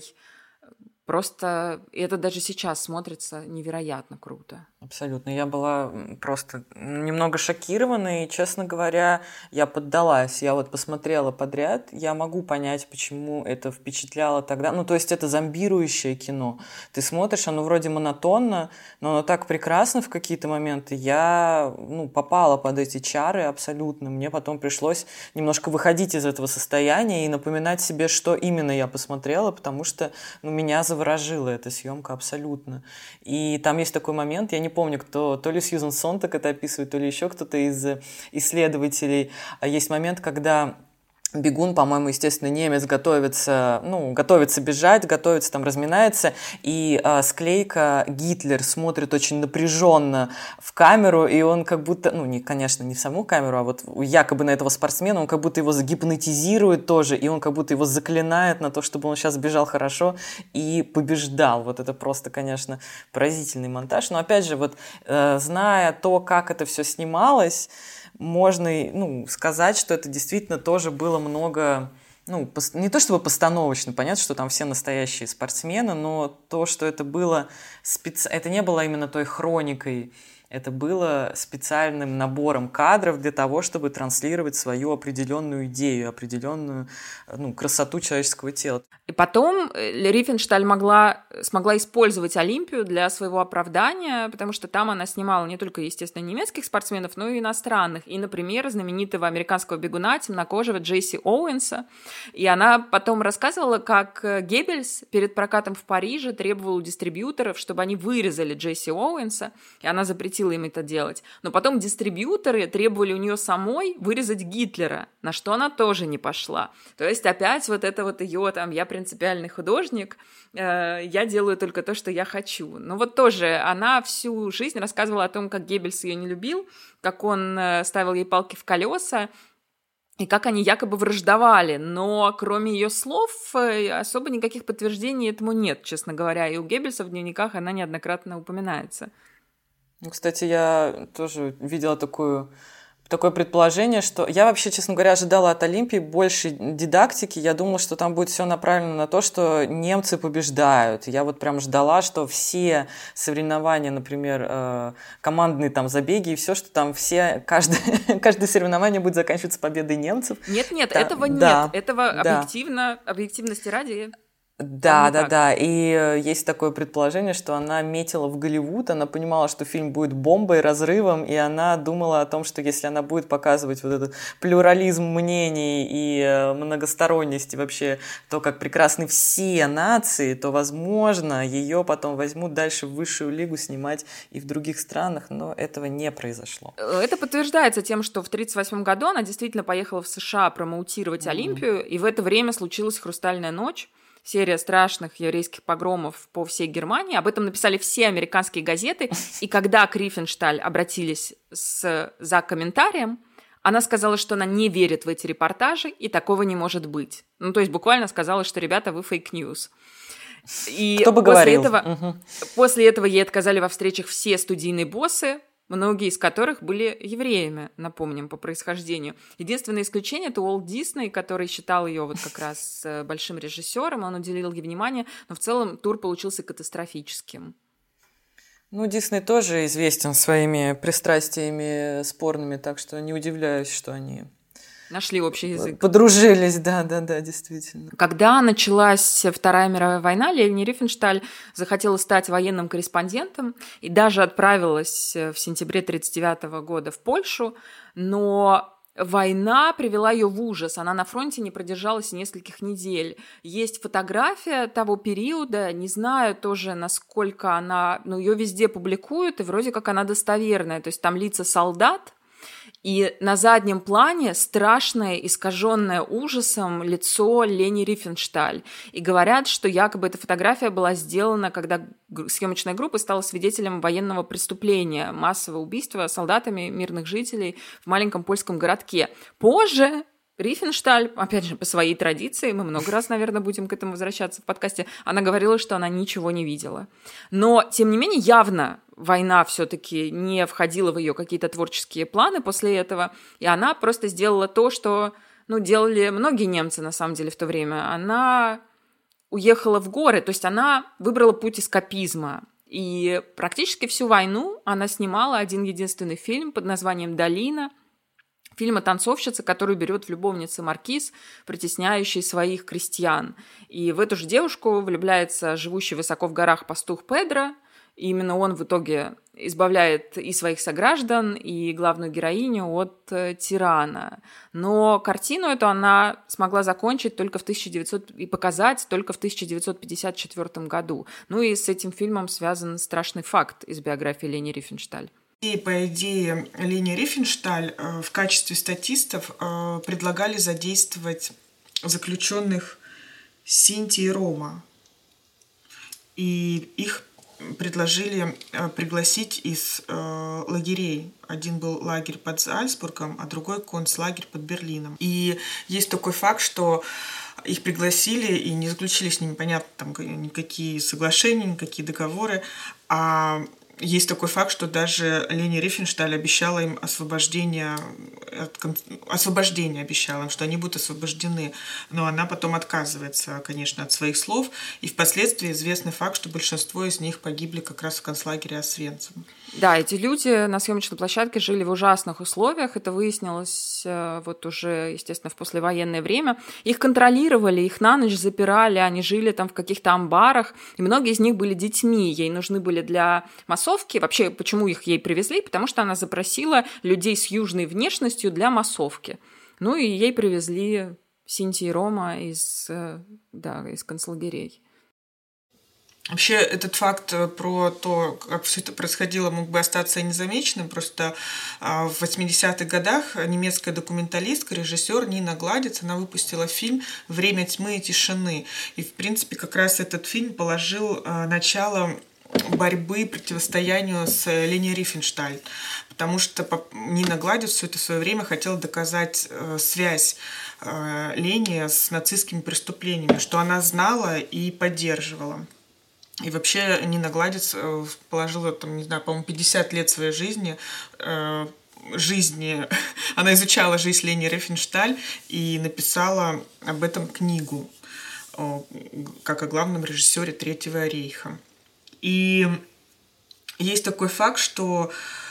Просто это даже сейчас смотрится невероятно круто. Абсолютно. Я была просто немного шокирована, и, честно говоря, я поддалась. Я вот посмотрела подряд, я могу понять, почему это впечатляло тогда. Ну, то есть это зомбирующее кино. Ты смотришь, оно вроде монотонно, но оно так прекрасно в какие-то моменты. Я, ну, попала под эти чары абсолютно. Мне потом пришлось немножко выходить из этого состояния и напоминать себе, что именно я посмотрела, потому что, ну, меня заворожила эта съемка абсолютно. И там есть такой момент, я не помню, кто, то ли Сьюзан Сонтак это описывает, то ли еще кто-то из исследователей. Есть момент, когда бегун, по-моему, естественно, немец готовится, ну, готовится бежать, готовится, там, разминается, и а, склейка Гитлер смотрит очень напряженно в камеру, и он как будто, ну, не, конечно, не в саму камеру, а вот якобы на этого спортсмена, он как будто его загипнотизирует тоже, и он как будто его заклинает на то, чтобы он сейчас бежал хорошо и побеждал. Вот это просто, конечно, поразительный монтаж. Но, опять же, вот, э, зная то, как это все снималось, можно, ну, сказать, что это действительно тоже было много, ну, не то чтобы постановочно, понятно, что там все настоящие спортсмены, но то, что это было специ... это не было именно той хроникой, это было специальным набором кадров для того, чтобы транслировать свою определенную идею, определенную, ну, красоту человеческого тела. И потом Рифеншталь могла, смогла использовать Олимпию для своего оправдания, потому что там она снимала не только, естественно, немецких спортсменов, но и иностранных. И, например, знаменитого американского бегуна темнокожего Джесси Оуэнса. И она потом рассказывала, как Геббельс перед прокатом в Париже требовал у дистрибьюторов, чтобы они вырезали Джесси Оуэнса, и она запретила им это делать. Но потом дистрибьюторы требовали у нее самой вырезать Гитлера, на что она тоже не пошла. То есть опять вот это вот ее там «я принципиальный художник», э, я делаю только то, что я хочу. Но вот тоже она всю жизнь рассказывала о том, как Геббельс ее не любил, как он э, ставил ей палки в колеса, и как они якобы враждовали. Но кроме ее слов особо никаких подтверждений этому нет, честно говоря. И у Геббельса в дневниках она неоднократно упоминается. Ну, кстати, я тоже видела такую, такое предположение, что я вообще, честно говоря, ожидала от Олимпии больше дидактики. Я думала, что там будет все направлено на то, что немцы побеждают. Я вот прям ждала, что все соревнования, например, командные там забеги и все, что там все, каждое, каждое соревнование будет заканчиваться победой немцев. Нет-нет, там, этого да, нет. Этого да. объективно, объективности ради... Да, да, да. И есть такое предположение, что она метила в Голливуд, она понимала, что фильм будет бомбой, разрывом, и она думала о том, что если она будет показывать вот этот плюрализм мнений и многосторонность, и вообще то, как прекрасны все нации, то, возможно, ее потом возьмут дальше в высшую лигу снимать и в других странах, но этого не произошло. Это подтверждается тем, что в тридцать восьмом году она действительно поехала в США промоутировать mm-hmm. Олимпию, и в это время случилась «Хрустальная ночь», серия страшных еврейских погромов по всей Германии. Об этом написали все американские газеты. И когда к Рифеншталь обратились с, за комментарием, она сказала, что она не верит в эти репортажи, и такого не может быть. Ну, то есть буквально сказала, что, ребята, вы фейк-ньюс. И Кто бы после говорил. Этого, угу. после этого ей отказали во встречах все студийные боссы, многие из которых были евреями, напомним, по происхождению. Единственное исключение – это Уолт Дисней, который считал ее вот как раз большим режиссером, он уделил ей внимание, но в целом тур получился катастрофическим. Ну, Дисней тоже известен своими пристрастиями спорными, так что не удивляюсь, что они... Нашли общий язык. Подружились, да-да-да, действительно. Когда началась Вторая мировая война, Лени Рифеншталь захотела стать военным корреспондентом и даже отправилась в сентябре тысяча девятьсот тридцать девятого года в Польшу, но война привела ее в ужас. Она на фронте не продержалась нескольких недель. Есть фотография того периода, не знаю тоже, насколько она... Ну, ее везде публикуют, и вроде как она достоверная. То есть там лица солдат, И на заднем плане страшное, искаженное ужасом лицо Лени Рифеншталь. И говорят, что якобы эта фотография была сделана, когда съемочная группа стала свидетелем военного преступления, массового убийства солдатами мирных жителей в маленьком польском городке. Позже Рифеншталь, опять же, по своей традиции, мы много раз, наверное, будем к этому возвращаться в подкасте, она говорила, что она ничего не видела. Но, тем не менее, явно война все-таки не входила в ее какие-то творческие планы после этого, и она просто сделала то, что, ну, делали многие немцы, на самом деле, в то время. Она уехала в горы, то есть она выбрала путь эскапизма. И практически всю войну она снимала один единственный фильм под названием «Долина», фильм о танцовщице, которую берет в любовнице маркиз, притесняющий своих крестьян. И в эту же девушку влюбляется живущий высоко в горах пастух Педро, и именно он в итоге избавляет и своих сограждан, и главную героиню от э, тирана. Но картину эту она смогла закончить только в тысяча девятьсот и показать только в тысяча девятьсот пятьдесят четвёртом году. Ну и с этим фильмом связан страшный факт из биографии Лени Рифеншталь. И, по идее, Лени Рифеншталь э, в качестве статистов э, предлагали задействовать заключенных Синти и Рома. И их предложили э, пригласить из э, лагерей. Один был лагерь под Зальцбургом, а другой концлагерь под Берлином. И есть такой факт, что их пригласили и не заключили с ними, понятно, там никакие соглашения, никакие договоры, а есть такой факт, что даже Лени Рифеншталь обещала им освобождение, освобождение обещала им, что они будут освобождены. Но она потом отказывается, конечно, от своих слов. И впоследствии известный факт, что большинство из них погибли как раз в концлагере Освенцим. Да, эти люди на съемочной площадке жили в ужасных условиях. Это выяснилось вот уже, естественно, в послевоенное время. Их контролировали, их на ночь запирали, они жили там в каких-то амбарах. И многие из них были детьми. Ей нужны были для массовки. Вообще, почему их ей привезли? Потому что она запросила людей с южной внешностью для массовки. Ну и ей привезли Синти и Рома из, да, из концлагерей. Вообще, этот факт про то, как все это происходило, мог бы остаться незамеченным. Просто в восьмидесятых годах немецкая документалистка, режиссер Нина Гладец, она выпустила фильм «Время тьмы и тишины». И, в принципе, как раз этот фильм положил начало борьбы, противостоянию с Лени Рифеншталь. Потому что Нина Гладец все это в свое время хотела доказать связь Лени с нацистскими преступлениями, что она знала и поддерживала. И вообще Нина Гладец положила, там, не знаю, по-моему, пятьдесят лет своей жизни, э, жизни. Она изучала жизнь Лени Рифеншталь и написала об этом книгу, э, как о главном режиссере Третьего рейха. И есть такой факт, что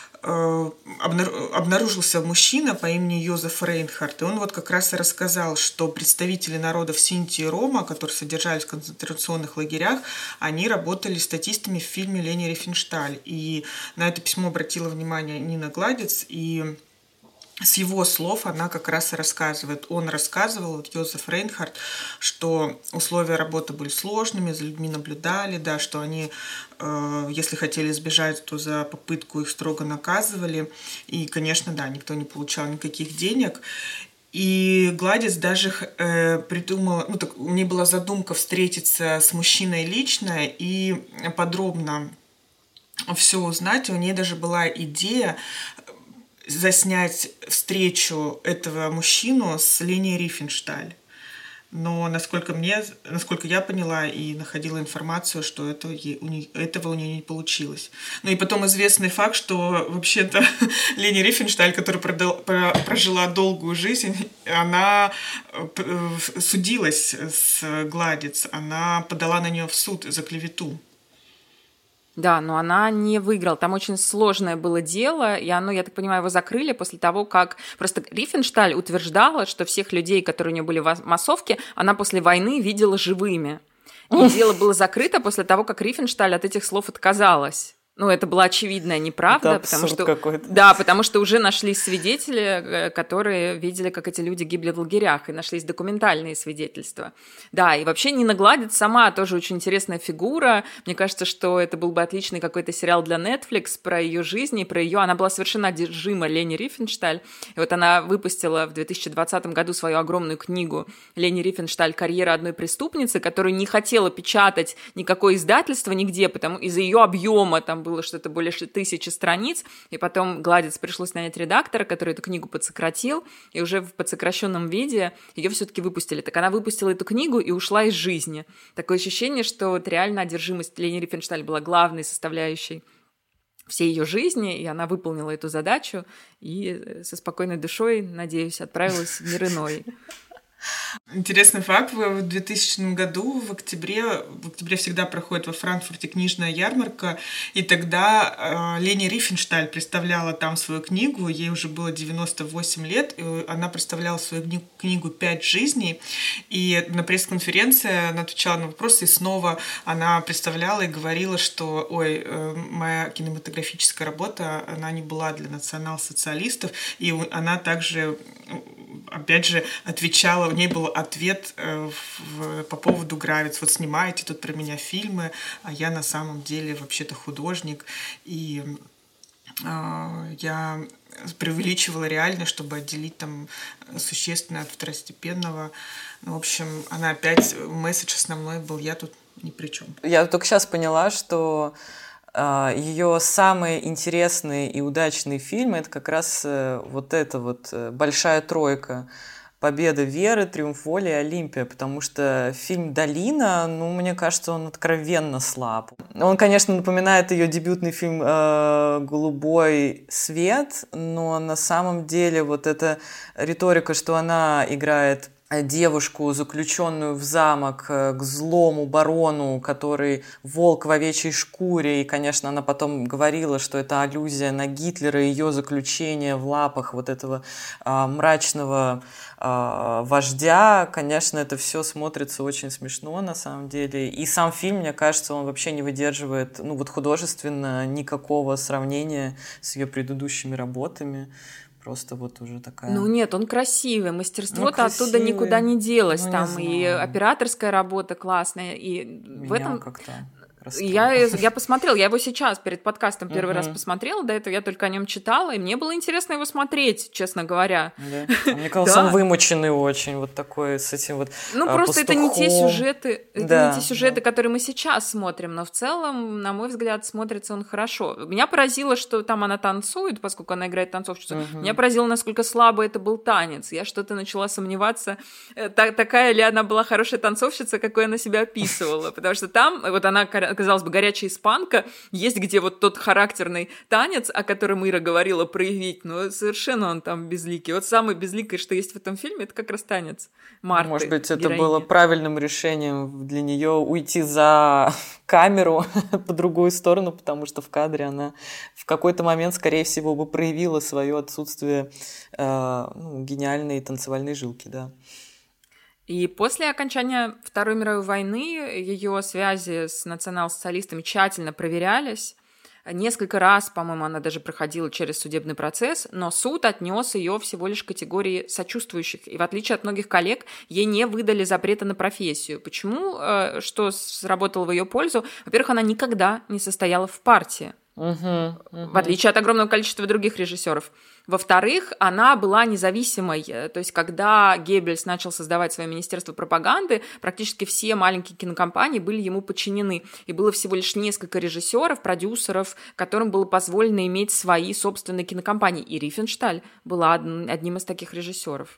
обнаружился мужчина по имени Йозеф Рейнхард, и он вот как раз и рассказал, что представители народов Синти и Рома, которые содержались в концентрационных лагерях, они работали статистами в фильме Лени Рифеншталь. И на это письмо обратила внимание Нина Гладец, и с его слов она как раз и рассказывает. Он рассказывал, вот Йозеф Рейнхард, что условия работы были сложными, за людьми наблюдали, да, что они, э, если хотели сбежать, то за попытку их строго наказывали. И, конечно, да, никто не получал никаких денег. И Гладец даже э, придумала, ну, так, у нее была задумка встретиться с мужчиной лично и подробно все узнать. У нее даже была идея заснять встречу этого мужчину с Лени Рифеншталь. Но, насколько мне, насколько я поняла и находила информацию, что это, у нее, этого у нее не получилось. Ну и потом известный факт, что вообще-то Лени Рифеншталь, которая продал, про, прожила долгую жизнь, она судилась с Гладец, она подала на нее в суд за клевету. Да, но она не выиграла. Там очень сложное было дело, и оно, я так понимаю, его закрыли после того, как... Просто Рифеншталь утверждала, что всех людей, которые у нее были в массовке, она после войны видела живыми. И дело было закрыто после того, как Рифеншталь от этих слов отказалась. Ну, это была очевидная неправда, это потому что какой-то. Да, потому что уже нашлись свидетели, которые видели, как эти люди гибли в лагерях, и нашлись документальные свидетельства. Да, и вообще Нина Гладец сама тоже очень интересная фигура. Мне кажется, что это был бы отличный какой-то сериал для Netflix про ее жизнь и про ее. Она была совершенно одержима Лени Рифеншталь. И вот она выпустила в две тысячи двадцатом году свою огромную книгу Лени Рифеншталь «Карьера одной преступницы», которую не хотела печатать никакое издательство нигде, потому из-за ее объема там было что-то более тысячи страниц, и потом Гладец пришлось нанять редактора, который эту книгу подсократил, и уже в подсокращенном виде ее все-таки выпустили. Так она выпустила эту книгу и ушла из жизни. Такое ощущение, что вот реально одержимость Лени Рифеншталь была главной составляющей всей ее жизни, и она выполнила эту задачу, и со спокойной душой, надеюсь, отправилась в мир иной. Интересный факт. В двухтысячном году, в октябре, в октябре всегда проходит во Франкфурте книжная ярмарка, и тогда э, Лени Рифеншталь представляла там свою книгу, ей уже было девяносто восемь лет, и она представляла свою книгу «Пять жизней», и на пресс-конференции она отвечала на вопросы, и снова она представляла и говорила, что ой, э, моя кинематографическая работа, она не была для национал-социалистов, и она также, опять же, отвечала, у ней был ответ э, в, по поводу Гравиц. Вот снимаете тут про меня фильмы, а я на самом деле вообще-то художник. И э, я преувеличивала реально, чтобы отделить там существенное от второстепенного. Ну, в общем, она опять, месседж основной был, я тут ни при чем. Я только сейчас поняла, что ее самые интересные и удачные фильмы — это как раз вот эта вот большая тройка: «Победа Веры», «Триумф воли» и «Олимпия», потому что фильм «Долина», ну, мне кажется, он откровенно слаб. Он, конечно, напоминает ее дебютный фильм э, «Голубой свет», но на самом деле вот эта риторика, что она играет девушку, заключенную в замок, к злому барону, который волк в овечьей шкуре, и, конечно, она потом говорила, что это аллюзия на Гитлера и ее заключение в лапах вот этого а, мрачного а, вождя. Конечно, это все смотрится очень смешно на самом деле, и сам фильм, мне кажется, он вообще не выдерживает, ну вот художественно, никакого сравнения с ее предыдущими работами. Просто вот уже такая... Ну нет, он красивый, мастерство-то ну, оттуда никуда не делось. Ну, там не и операторская работа классная, и Меня в этом... как-то... Я, я посмотрела, я его сейчас перед подкастом первый uh-huh. раз посмотрела, до этого я только о нем читала, и мне было интересно его смотреть, честно говоря. Да. Мне казалось, он вымученный очень, вот такой, с этим вот Ну, просто это не те сюжеты, это да, не те сюжеты, да. которые мы сейчас смотрим, но в целом, на мой взгляд, смотрится он хорошо. Меня поразило, что там она танцует, поскольку она играет танцовщицу. Uh-huh. Меня поразило, насколько слабо это был танец. Я что-то начала сомневаться, так, такая ли она была хорошая танцовщица, какой она себя описывала, потому что там, вот она... казалось бы, горячая испанка, есть где вот тот характерный танец, о котором Ира говорила, проявить, но совершенно он там безликий. Вот самое безликое, что есть в этом фильме, это как раз танец Марты. Может быть, это героини. Было правильным решением для нее уйти за камеру по другую сторону, потому что в кадре она в какой-то момент, скорее всего, бы проявила свое отсутствие э, ну, гениальной танцевальной жилки, да. И после окончания Второй мировой войны ее связи с национал-социалистами тщательно проверялись. Несколько раз, по-моему, она даже проходила через судебный процесс, но суд отнес ее всего лишь к категории сочувствующих. И в отличие от многих коллег, ей не выдали запрета на профессию. Почему? Что сработало в ее пользу? Во-первых, она никогда не состояла в партии. Uh-huh, uh-huh. В отличие от огромного количества других режиссеров. Во-вторых, она была независимой. То есть, когда Геббельс начал создавать свое министерство пропаганды, практически все маленькие кинокомпании были ему подчинены. И было всего лишь несколько режиссеров, продюсеров, которым было позволено иметь свои собственные кинокомпании. И Рифеншталь была одним из таких режиссеров.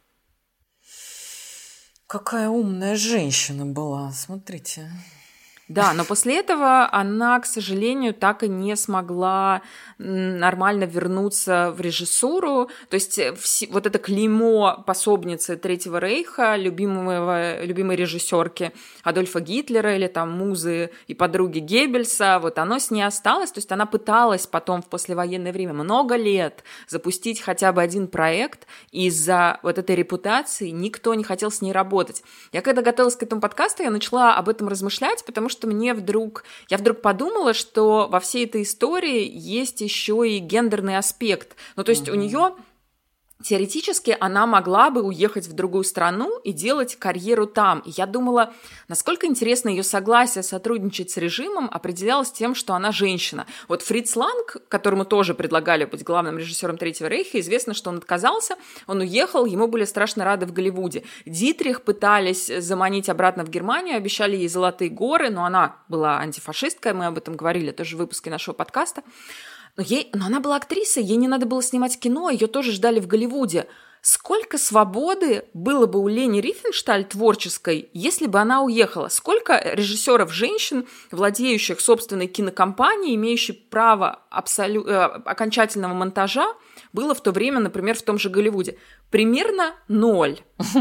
Какая умная женщина была, смотрите. Да, но после этого она, к сожалению, так и не смогла нормально вернуться в режиссуру. То есть вот это клеймо пособницы Третьего рейха, любимого, любимой режиссерки Адольфа Гитлера или там музы и подруги Геббельса, вот оно с ней осталось. То есть она пыталась потом в послевоенное время много лет запустить хотя бы один проект, и из-за вот этой репутации никто не хотел с ней работать. Я когда готовилась к этому подкасту, я начала об этом размышлять, потому что что мне вдруг... Я вдруг подумала, что во всей этой истории есть еще и гендерный аспект. Ну, то есть mm-hmm. у нее... Теоретически она могла бы уехать в другую страну и делать карьеру там. И я думала, насколько интересно ее согласие сотрудничать с режимом определялось тем, что она женщина. Вот Фриц Ланг, которому тоже предлагали быть главным режиссером Третьего рейха, известно, что он отказался, он уехал, ему были страшно рады в Голливуде. Дитрих пытались заманить обратно в Германию, обещали ей золотые горы, но она была антифашисткой, мы об этом говорили тоже в выпуске нашего подкаста. Но, ей, но она была актрисой, ей не надо было снимать кино, ее тоже ждали в Голливуде. Сколько свободы было бы у Лени Рифеншталь творческой, если бы она уехала? Сколько режиссеров женщин, владеющих собственной кинокомпанией, имеющих право абсолю... э, окончательного монтажа, было в то время, например, в том же Голливуде? Примерно ноль.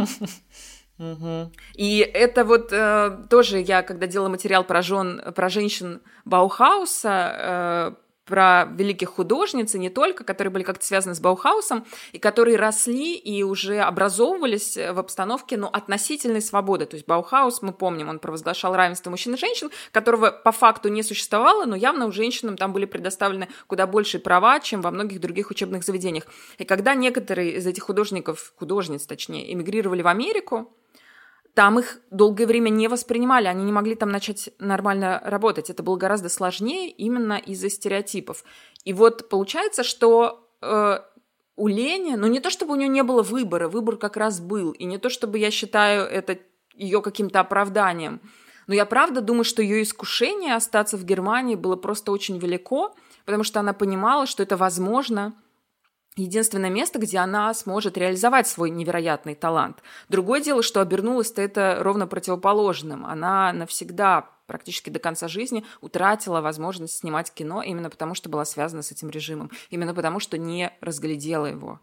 И это вот э, тоже я, когда делала материал про, жен, про женщин Баухауса, э, про великих художниц, и не только, которые были как-то связаны с Баухаусом, и которые росли и уже образовывались в обстановке, ну, относительной свободы. То есть Баухаус, мы помним, он провозглашал равенство мужчин и женщин, которого по факту не существовало, но явно у женщин там были предоставлены куда большие права, чем во многих других учебных заведениях. И когда некоторые из этих художников, художниц, точнее, эмигрировали в Америку, там их долгое время не воспринимали, они не могли там начать нормально работать. Это было гораздо сложнее именно из-за стереотипов. И вот получается, что э, у Лени, ну не то чтобы у нее не было выбора, выбор как раз был. И не то чтобы я считаю это ее каким-то оправданием. Но я правда думаю, что ее искушение остаться в Германии было просто очень велико, потому что она понимала, что это возможно. Единственное место, где она сможет реализовать свой невероятный талант. Другое дело, что обернулось-то это ровно противоположным. Она навсегда, практически до конца жизни, утратила возможность снимать кино именно потому, что была связана с этим режимом. Именно потому, что не разглядела его.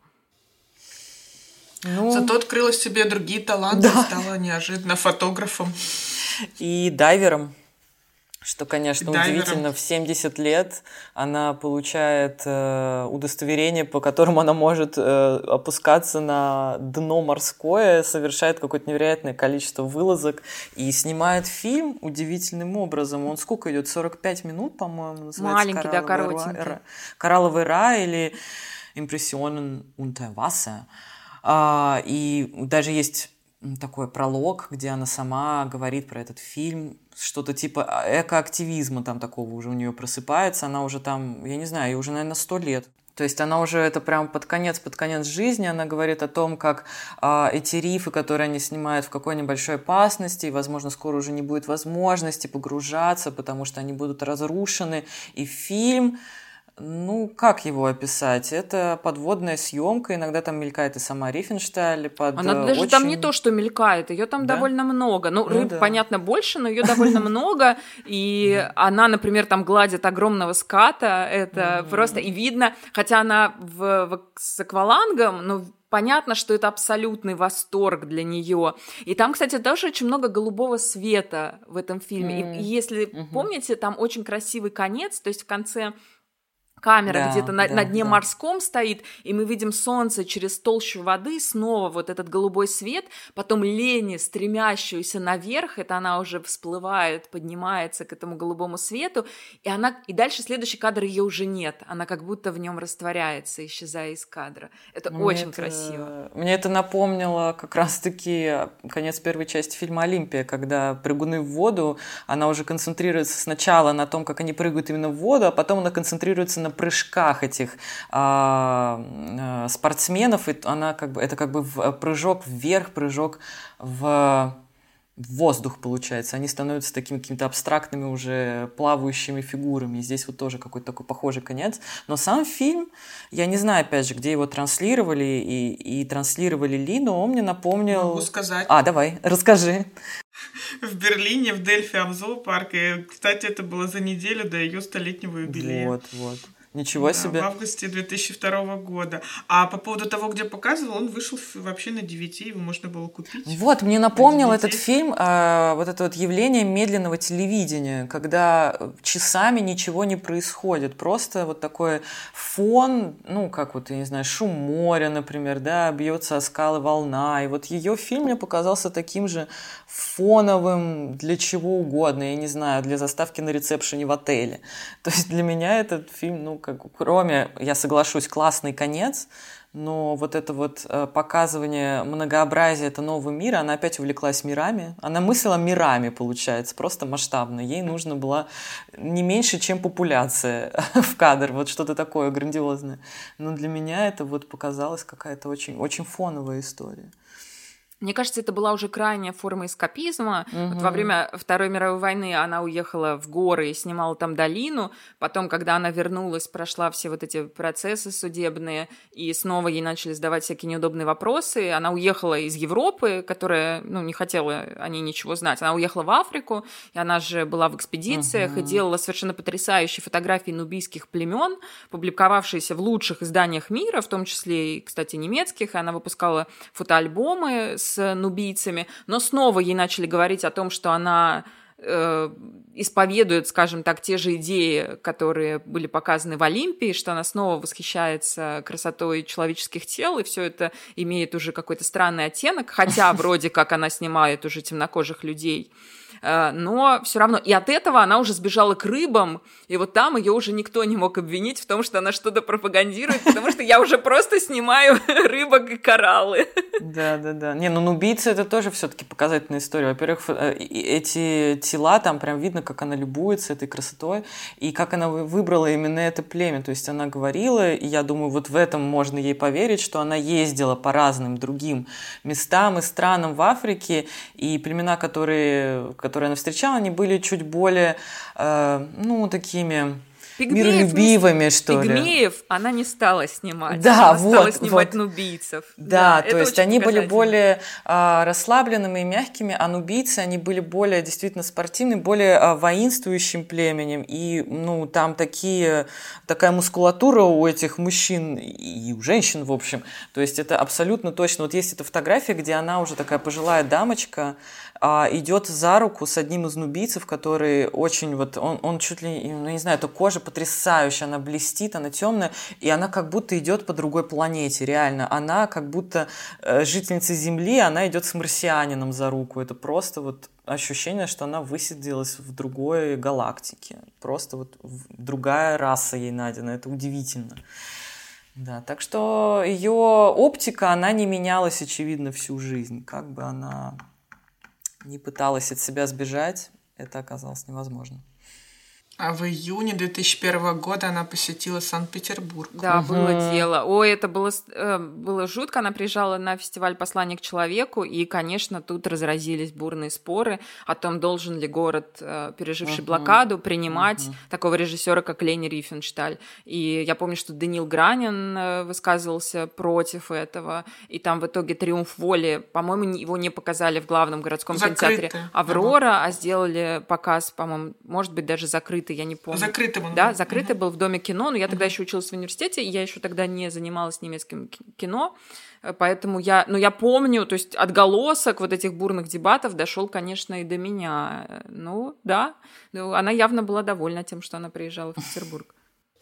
Ну... Зато открыла в себе другие таланты, да. Стала неожиданно фотографом. И дайвером. Что, конечно, удивительно, в семьдесят лет она получает э, удостоверение, по которому она может э, опускаться на дно морское, совершает какое-то невероятное количество вылазок и снимает фильм удивительным образом. Он сколько идет? сорок пять минут, по-моему, называется. Маленький, да, коротенький. «Коралловый рай» или «Impressionen unter Wasser». А, и даже есть такой пролог, где она сама говорит про этот фильм, что-то типа экоактивизма там такого уже у нее просыпается, она уже там, я не знаю, ей уже, наверное, сто лет. То есть она уже, это прям под конец, под конец жизни, она говорит о том, как э, эти рифы, которые они снимают, в какой небольшой опасности, и, возможно, скоро уже не будет возможности погружаться, потому что они будут разрушены. И фильм... Ну, как его описать? Это подводная съемка, иногда там мелькает и сама Рифеншталь. Под Она даже очень... там не то, что мелькает, ее там да? довольно много. Ну, рыб, ну, да. понятно, больше, но ее довольно много. И она, например, там гладит огромного ската, это просто и видно, хотя она с аквалангом, но понятно, что это абсолютный восторг для нее. И там, кстати, тоже очень много голубого света в этом фильме. И если помните, там очень красивый конец, то есть в конце... Камера да, где-то на, да, на дне да. морском стоит, и мы видим солнце через толщу воды, снова вот этот голубой свет, потом Лени, стремящуюся наверх, это она уже всплывает, поднимается к этому голубому свету, и, она, и дальше следующий кадр ее уже нет, она как будто в нем растворяется, исчезая из кадра. Это мне очень это, красиво. Мне это напомнило как раз-таки конец первой части фильма «Олимпия», когда прыгуны в воду, она уже концентрируется сначала на том, как они прыгают именно в воду, а потом она концентрируется на прыжках этих а, а, спортсменов, и она как бы, это как бы прыжок вверх, прыжок в, в воздух получается. Они становятся такими какими-то абстрактными уже плавающими фигурами. И здесь вот тоже какой-то такой похожий конец. Но сам фильм, я не знаю, опять же, где его транслировали и, и транслировали ли, но он мне напомнил... Могу сказать. А, давай, расскажи. В Берлине, в Дельфи, в зоопарке. Кстати, это было за неделю до ее столетнего юбилея. Вот, вот. Ничего Да, себе. в августе две тысячи второго года. А по поводу того, где показывал, он вышел вообще на ди ви ди, его можно было купить. Вот, мне напомнил этот фильм, э, вот это вот явление медленного телевидения, когда часами ничего не происходит, просто вот такой фон, ну, как вот, я не знаю, шум моря, например, да, бьется о скалы волна, и вот ее фильм мне показался таким же фоновым для чего угодно, я не знаю, для заставки на ресепшене в отеле. То есть для меня этот фильм, ну, как, кроме, я соглашусь, классный конец, но вот это вот показывание многообразия этого нового мира, она опять увлеклась мирами. Она мыслила мирами, получается, просто масштабно. Ей нужно было не меньше, чем популяция в кадр, вот что-то такое грандиозное. Но для меня это вот показалось какая-то очень, очень фоновая история. Мне кажется, это была уже крайняя форма эскапизма. Угу. Вот во время Второй мировой войны она уехала в горы и снимала там долину. Потом, когда она вернулась, прошла все вот эти процессы судебные, и снова ей начали задавать всякие неудобные вопросы. Она уехала из Европы, которая, ну, не хотела о ней ничего знать. Она уехала в Африку, и она же была в экспедициях угу. и делала совершенно потрясающие фотографии нубийских племен, публиковавшиеся в лучших изданиях мира, в том числе и, кстати, немецких. И она выпускала фотоальбомы с с нубийцами, но снова ей начали говорить о том, что она э, исповедует, скажем так, те же идеи, которые были показаны в Олимпии, что она снова восхищается красотой человеческих тел, и все это имеет уже какой-то странный оттенок, хотя вроде как она снимает уже темнокожих людей. Но все равно, и от этого она уже сбежала к рыбам, и вот там ее уже никто не мог обвинить в том, что она что-то пропагандирует, потому что я уже просто снимаю рыбок и кораллы. Да, да, да. Не, ну нубийцы это тоже все-таки показательная история. Во-первых, эти тела, там прям видно, как она любуется этой красотой, и как она выбрала именно это племя. То есть она говорила, и я думаю, вот в этом можно ей поверить, что она ездила по разным другим местам и странам в Африке, и племена, которые... которые она встречала, они были чуть более, э, ну, такими пигмеев, миролюбивыми, что пигмеев ли. Пигмеев она не стала снимать. Да, она вот, стала снимать вот. нубийцев. Да, да то есть они были более э, расслабленными и мягкими, а нубийцы, они были более действительно спортивными, более э, воинствующим племенем. И, ну, там такие, такая мускулатура у этих мужчин и у женщин, в общем. То есть это абсолютно точно. Вот есть эта фотография, где она уже такая пожилая дамочка, идет за руку с одним из нубийцев, который очень вот, он, он чуть ли, ну, не знаю, эта кожа потрясающая, она блестит, она темная, и она как будто идет по другой планете, реально. Она как будто э, жительница Земли, она идет с марсианином за руку. Это просто вот ощущение, что она высадилась в другой галактике. Просто вот другая раса ей найдена. Это удивительно. Да, так что ее оптика, она не менялась, очевидно, всю жизнь. Как бы она не пыталась от себя сбежать, это оказалось невозможно. А в июне две тысячи первого года она посетила Санкт-Петербург. Да, угу. было дело. Ой, это было, э, было жутко. Она приезжала на фестиваль «Послание к человеку», и, конечно, тут разразились бурные споры о том, должен ли город, э, переживший угу. блокаду, принимать угу. такого режиссера, как Лени Рифеншталь. И я помню, что Даниил Гранин э, высказывался против этого, и там в итоге «Триумф воли», по-моему, его не показали в главном городском Закрытый. кинотеатре «Аврора», ага. а сделали показ, по-моему, может быть, даже закрытый. Я не помню. Закрытый он. Да, закрытый uh-huh. был в Доме кино, но я тогда uh-huh. еще училась в университете, и я еще тогда не занималась немецким кино, поэтому я, ну, я помню, то есть отголосок вот этих бурных дебатов дошел, конечно, и до меня. Ну, да, она явно была довольна тем, что она приезжала в Петербург.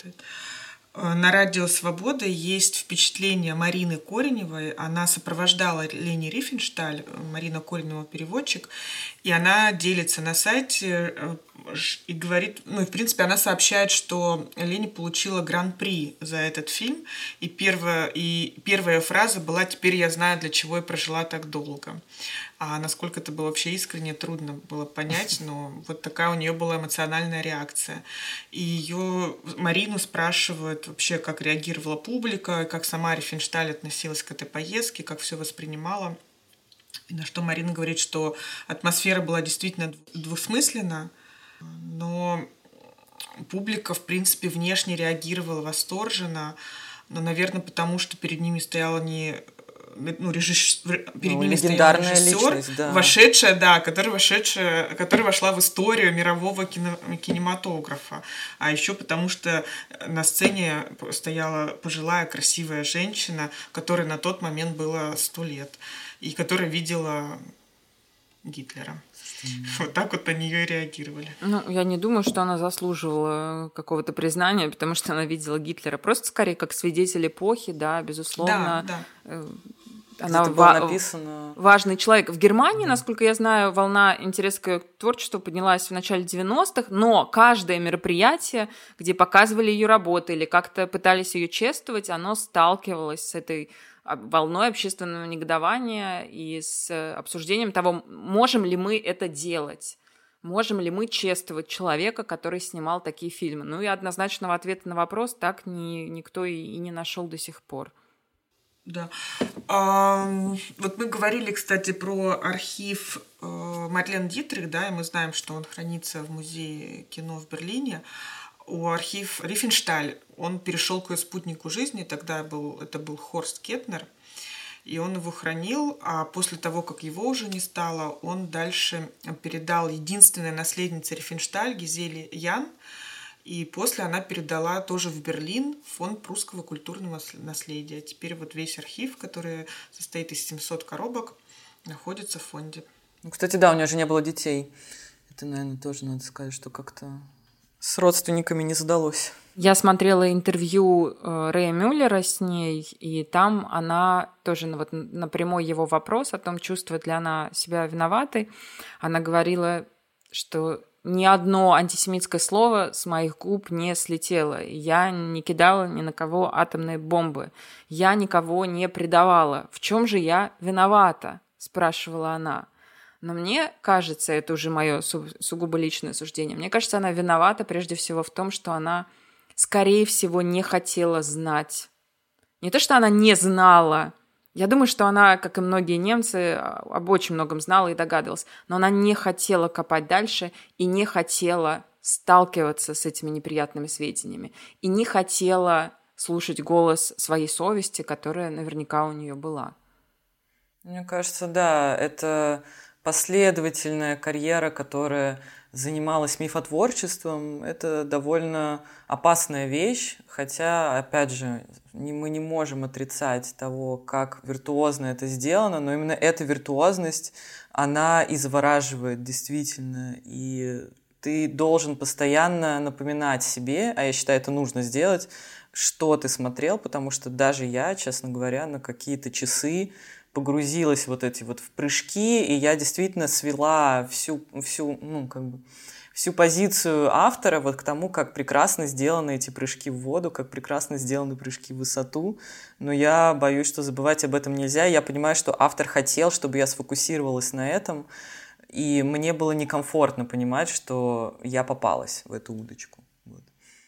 На радио «Свобода» есть впечатление Марины Кореневой. Она сопровождала Лени Рифеншталь, Марина Коренева переводчик, и она делится на сайте и говорит, ну и в принципе она сообщает, что Лени получила гран-при за этот фильм, и первая, и первая фраза была «Теперь я знаю, для чего я прожила так долго». А насколько это было вообще искренне, трудно было понять, но вот такая у нее была эмоциональная реакция. И ее Марину спрашивают вообще, как реагировала публика, как сама Рифеншталь относилась к этой поездке, как все воспринимала. И на что Марина говорит, что атмосфера была действительно двусмысленна, но публика, в принципе, внешне реагировала восторженно, но, наверное, потому что перед ними стояла не... ну, режиссер, перед ну, ними стоял режиссер, да. вошедшая, да, которая, вошедшая, которая вошла в историю мирового кино, кинематографа. А еще потому, что на сцене стояла пожилая красивая женщина, которой на тот момент было сто лет, и которая видела Гитлера. Вот так вот на нее и реагировали. Ну, я не думаю, что она заслуживала какого-то признания, потому что она видела Гитлера. Просто скорее как свидетель эпохи, да, безусловно. Да, да. Она ва- написано... важный человек. В Германии, да. насколько я знаю, волна интереса к творчеству поднялась в начале девяностых, но каждое мероприятие, где показывали ее работы или как-то пытались ее чествовать, оно сталкивалось с этой волной общественного негодования и с обсуждением того, можем ли мы это делать, можем ли мы чествовать человека, который снимал такие фильмы. Ну и однозначного ответа на вопрос так ни, никто и, и не нашел до сих пор. Да. А, вот мы говорили, кстати, про архив э, Марлен Дитрих, да, и мы знаем, что он хранится в музее кино в Берлине. У архив Рифеншталь, он перешел к ее спутнику жизни, тогда был, это был Хорст Кетнер, и он его хранил, а после того, как его уже не стало, он дальше передал единственной наследнице Рифеншталь, Гизеле Ян, и после она передала тоже в Берлин в фонд прусского культурного наследия. Теперь вот весь архив, который состоит из семисот коробок, находится в фонде. Ну, кстати, да, у нее же не было детей. Это, наверное, тоже надо сказать, что как-то с родственниками не задалось. Я смотрела интервью Рэя Мюллера с ней, и там она тоже вот на прямой его вопрос о том, чувствует ли она себя виноватой, она говорила, что ни одно антисемитское слово с моих губ не слетело. Я не кидала ни на кого атомные бомбы. Я никого не предавала. В чем же я виновата? Спрашивала она. Но мне кажется, это уже мое сугубо личное суждение, мне кажется, она виновата прежде всего в том, что она, скорее всего, не хотела знать. Не то, что она не знала. Я думаю, что она, как и многие немцы, об очень многом знала и догадывалась, но она не хотела копать дальше и не хотела сталкиваться с этими неприятными сведениями. И не хотела слушать голос своей совести, которая наверняка у нее была. Мне кажется, да, это последовательная карьера, которая занималась мифотворчеством, это довольно опасная вещь, хотя, опять же, не, мы не можем отрицать того, как виртуозно это сделано, но именно эта виртуозность, она и завораживает действительно, и ты должен постоянно напоминать себе, а я считаю, это нужно сделать, что ты смотрел, потому что даже я, честно говоря, на какие-то часы погрузилась вот эти вот в прыжки, и я действительно свела всю, всю, ну, как бы, всю позицию автора вот к тому, как прекрасно сделаны эти прыжки в воду, как прекрасно сделаны прыжки в высоту, но я боюсь, что забывать об этом нельзя. Я понимаю, что автор хотел, чтобы я сфокусировалась на этом, и мне было некомфортно понимать, что я попалась в эту удочку. Вот.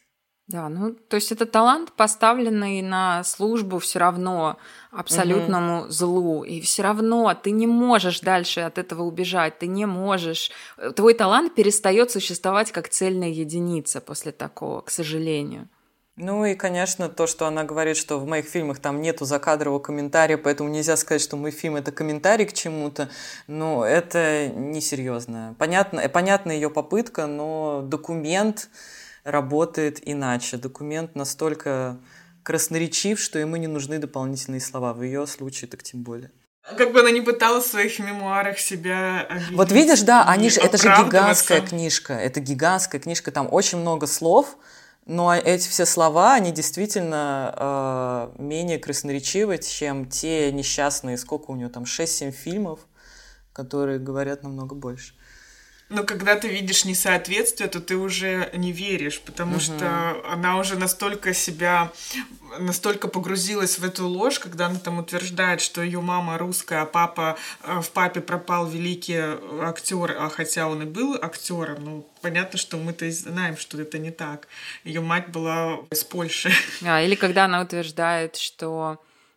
Да, ну, то есть это талант, поставленный на службу все равно абсолютному угу. злу, и все равно ты не можешь дальше от этого убежать, ты не можешь. Твой талант перестает существовать как цельная единица после такого, к сожалению. Ну и, конечно, то, что она говорит, что в моих фильмах там нету закадрового комментария, поэтому нельзя сказать, что мой фильм — это комментарий к чему-то, но это несерьезно. Понятно, понятна ее попытка, но документ работает иначе. Документ настолько красноречив, что ему не нужны дополнительные слова. В ее случае так тем более. Как бы она не пыталась в своих мемуарах себя обвинить. Вот видишь, да, они же, это же гигантская книжка. Это гигантская книжка, там очень много слов, но эти все слова, они действительно э, менее красноречивы, чем те несчастные, сколько у нее там, шесть-семь фильмов, которые говорят намного больше. Но когда ты видишь несоответствие, то ты уже не веришь, потому угу. что она уже настолько себя, настолько погрузилась в эту ложь, когда она там утверждает, что ее мама русская, а папа, в папе пропал великий актер, а хотя он и был актером, ну, понятно, что мы-то знаем, что это не так. Ее мать была из Польши. А, или когда она утверждает, что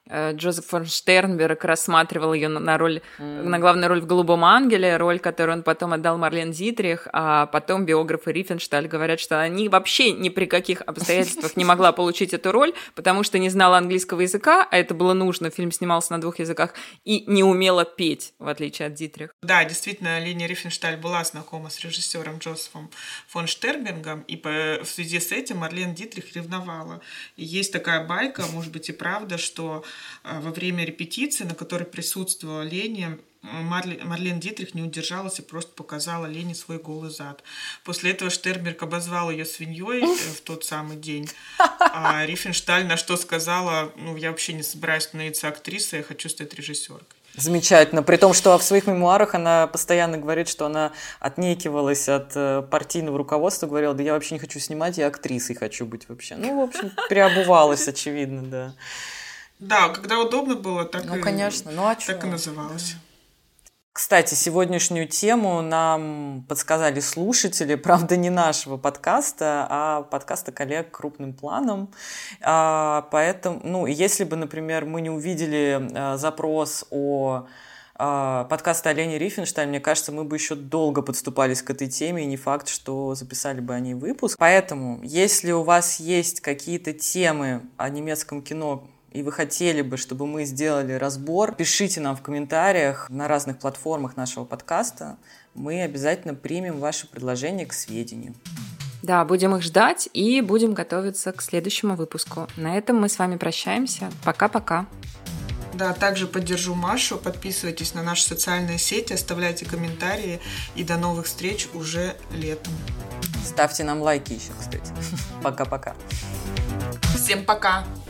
Джозеф фон Штернберг рассматривал ее на, на роль, mm. на главную роль в «Голубом ангеле», роль, которую он потом отдал Марлен Дитрих, а потом биографы Рифеншталь говорят, что она вообще ни при каких обстоятельствах не могла получить эту роль, потому что не знала английского языка, а это было нужно, фильм снимался на двух языках, и не умела петь, в отличие от Дитрих. Да, действительно, Лени Рифеншталь была знакома с режиссером Джозефом фон Штернбергом, и по, в связи с этим Марлен Дитрих ревновала. И есть такая байка, может быть и правда, что во время репетиции, на которой присутствовала Лени, Марлен Дитрих не удержалась и просто показала Лене свой голый зад. После этого Штернберг обозвал ее свиньей в тот самый день, а Рифеншталь на что сказала: ну, я вообще не собираюсь становиться актрисой, я хочу стать режиссеркой. Замечательно. При том, что в своих мемуарах она постоянно говорит, что она отнекивалась от партийного руководства, говорила: да я вообще не хочу снимать, я актрисой хочу быть вообще. Ну, в общем, переобувалась, очевидно, да. Да, когда удобно было, так, ну, и, конечно. Ну, а так и называлось. Да. Кстати, сегодняшнюю тему нам подсказали слушатели, правда, не нашего подкаста, а подкаста коллег «Крупным планом». А, поэтому, ну, если бы, например, мы не увидели а, запрос о а, подкасте о Лене Рифеншталь, мне кажется, мы бы еще долго подступались к этой теме, и не факт, что записали бы о ней выпуск. Поэтому, если у вас есть какие-то темы о немецком кино, и вы хотели бы, чтобы мы сделали разбор, пишите нам в комментариях на разных платформах нашего подкаста. Мы обязательно примем ваши предложения к сведению. Да, будем их ждать и будем готовиться к следующему выпуску. На этом мы с вами прощаемся. Пока-пока. Да, также поддержу Машу. Подписывайтесь на наши социальные сети, оставляйте комментарии. И до новых встреч уже летом. Ставьте нам лайки еще, кстати. Пока-пока. Всем пока.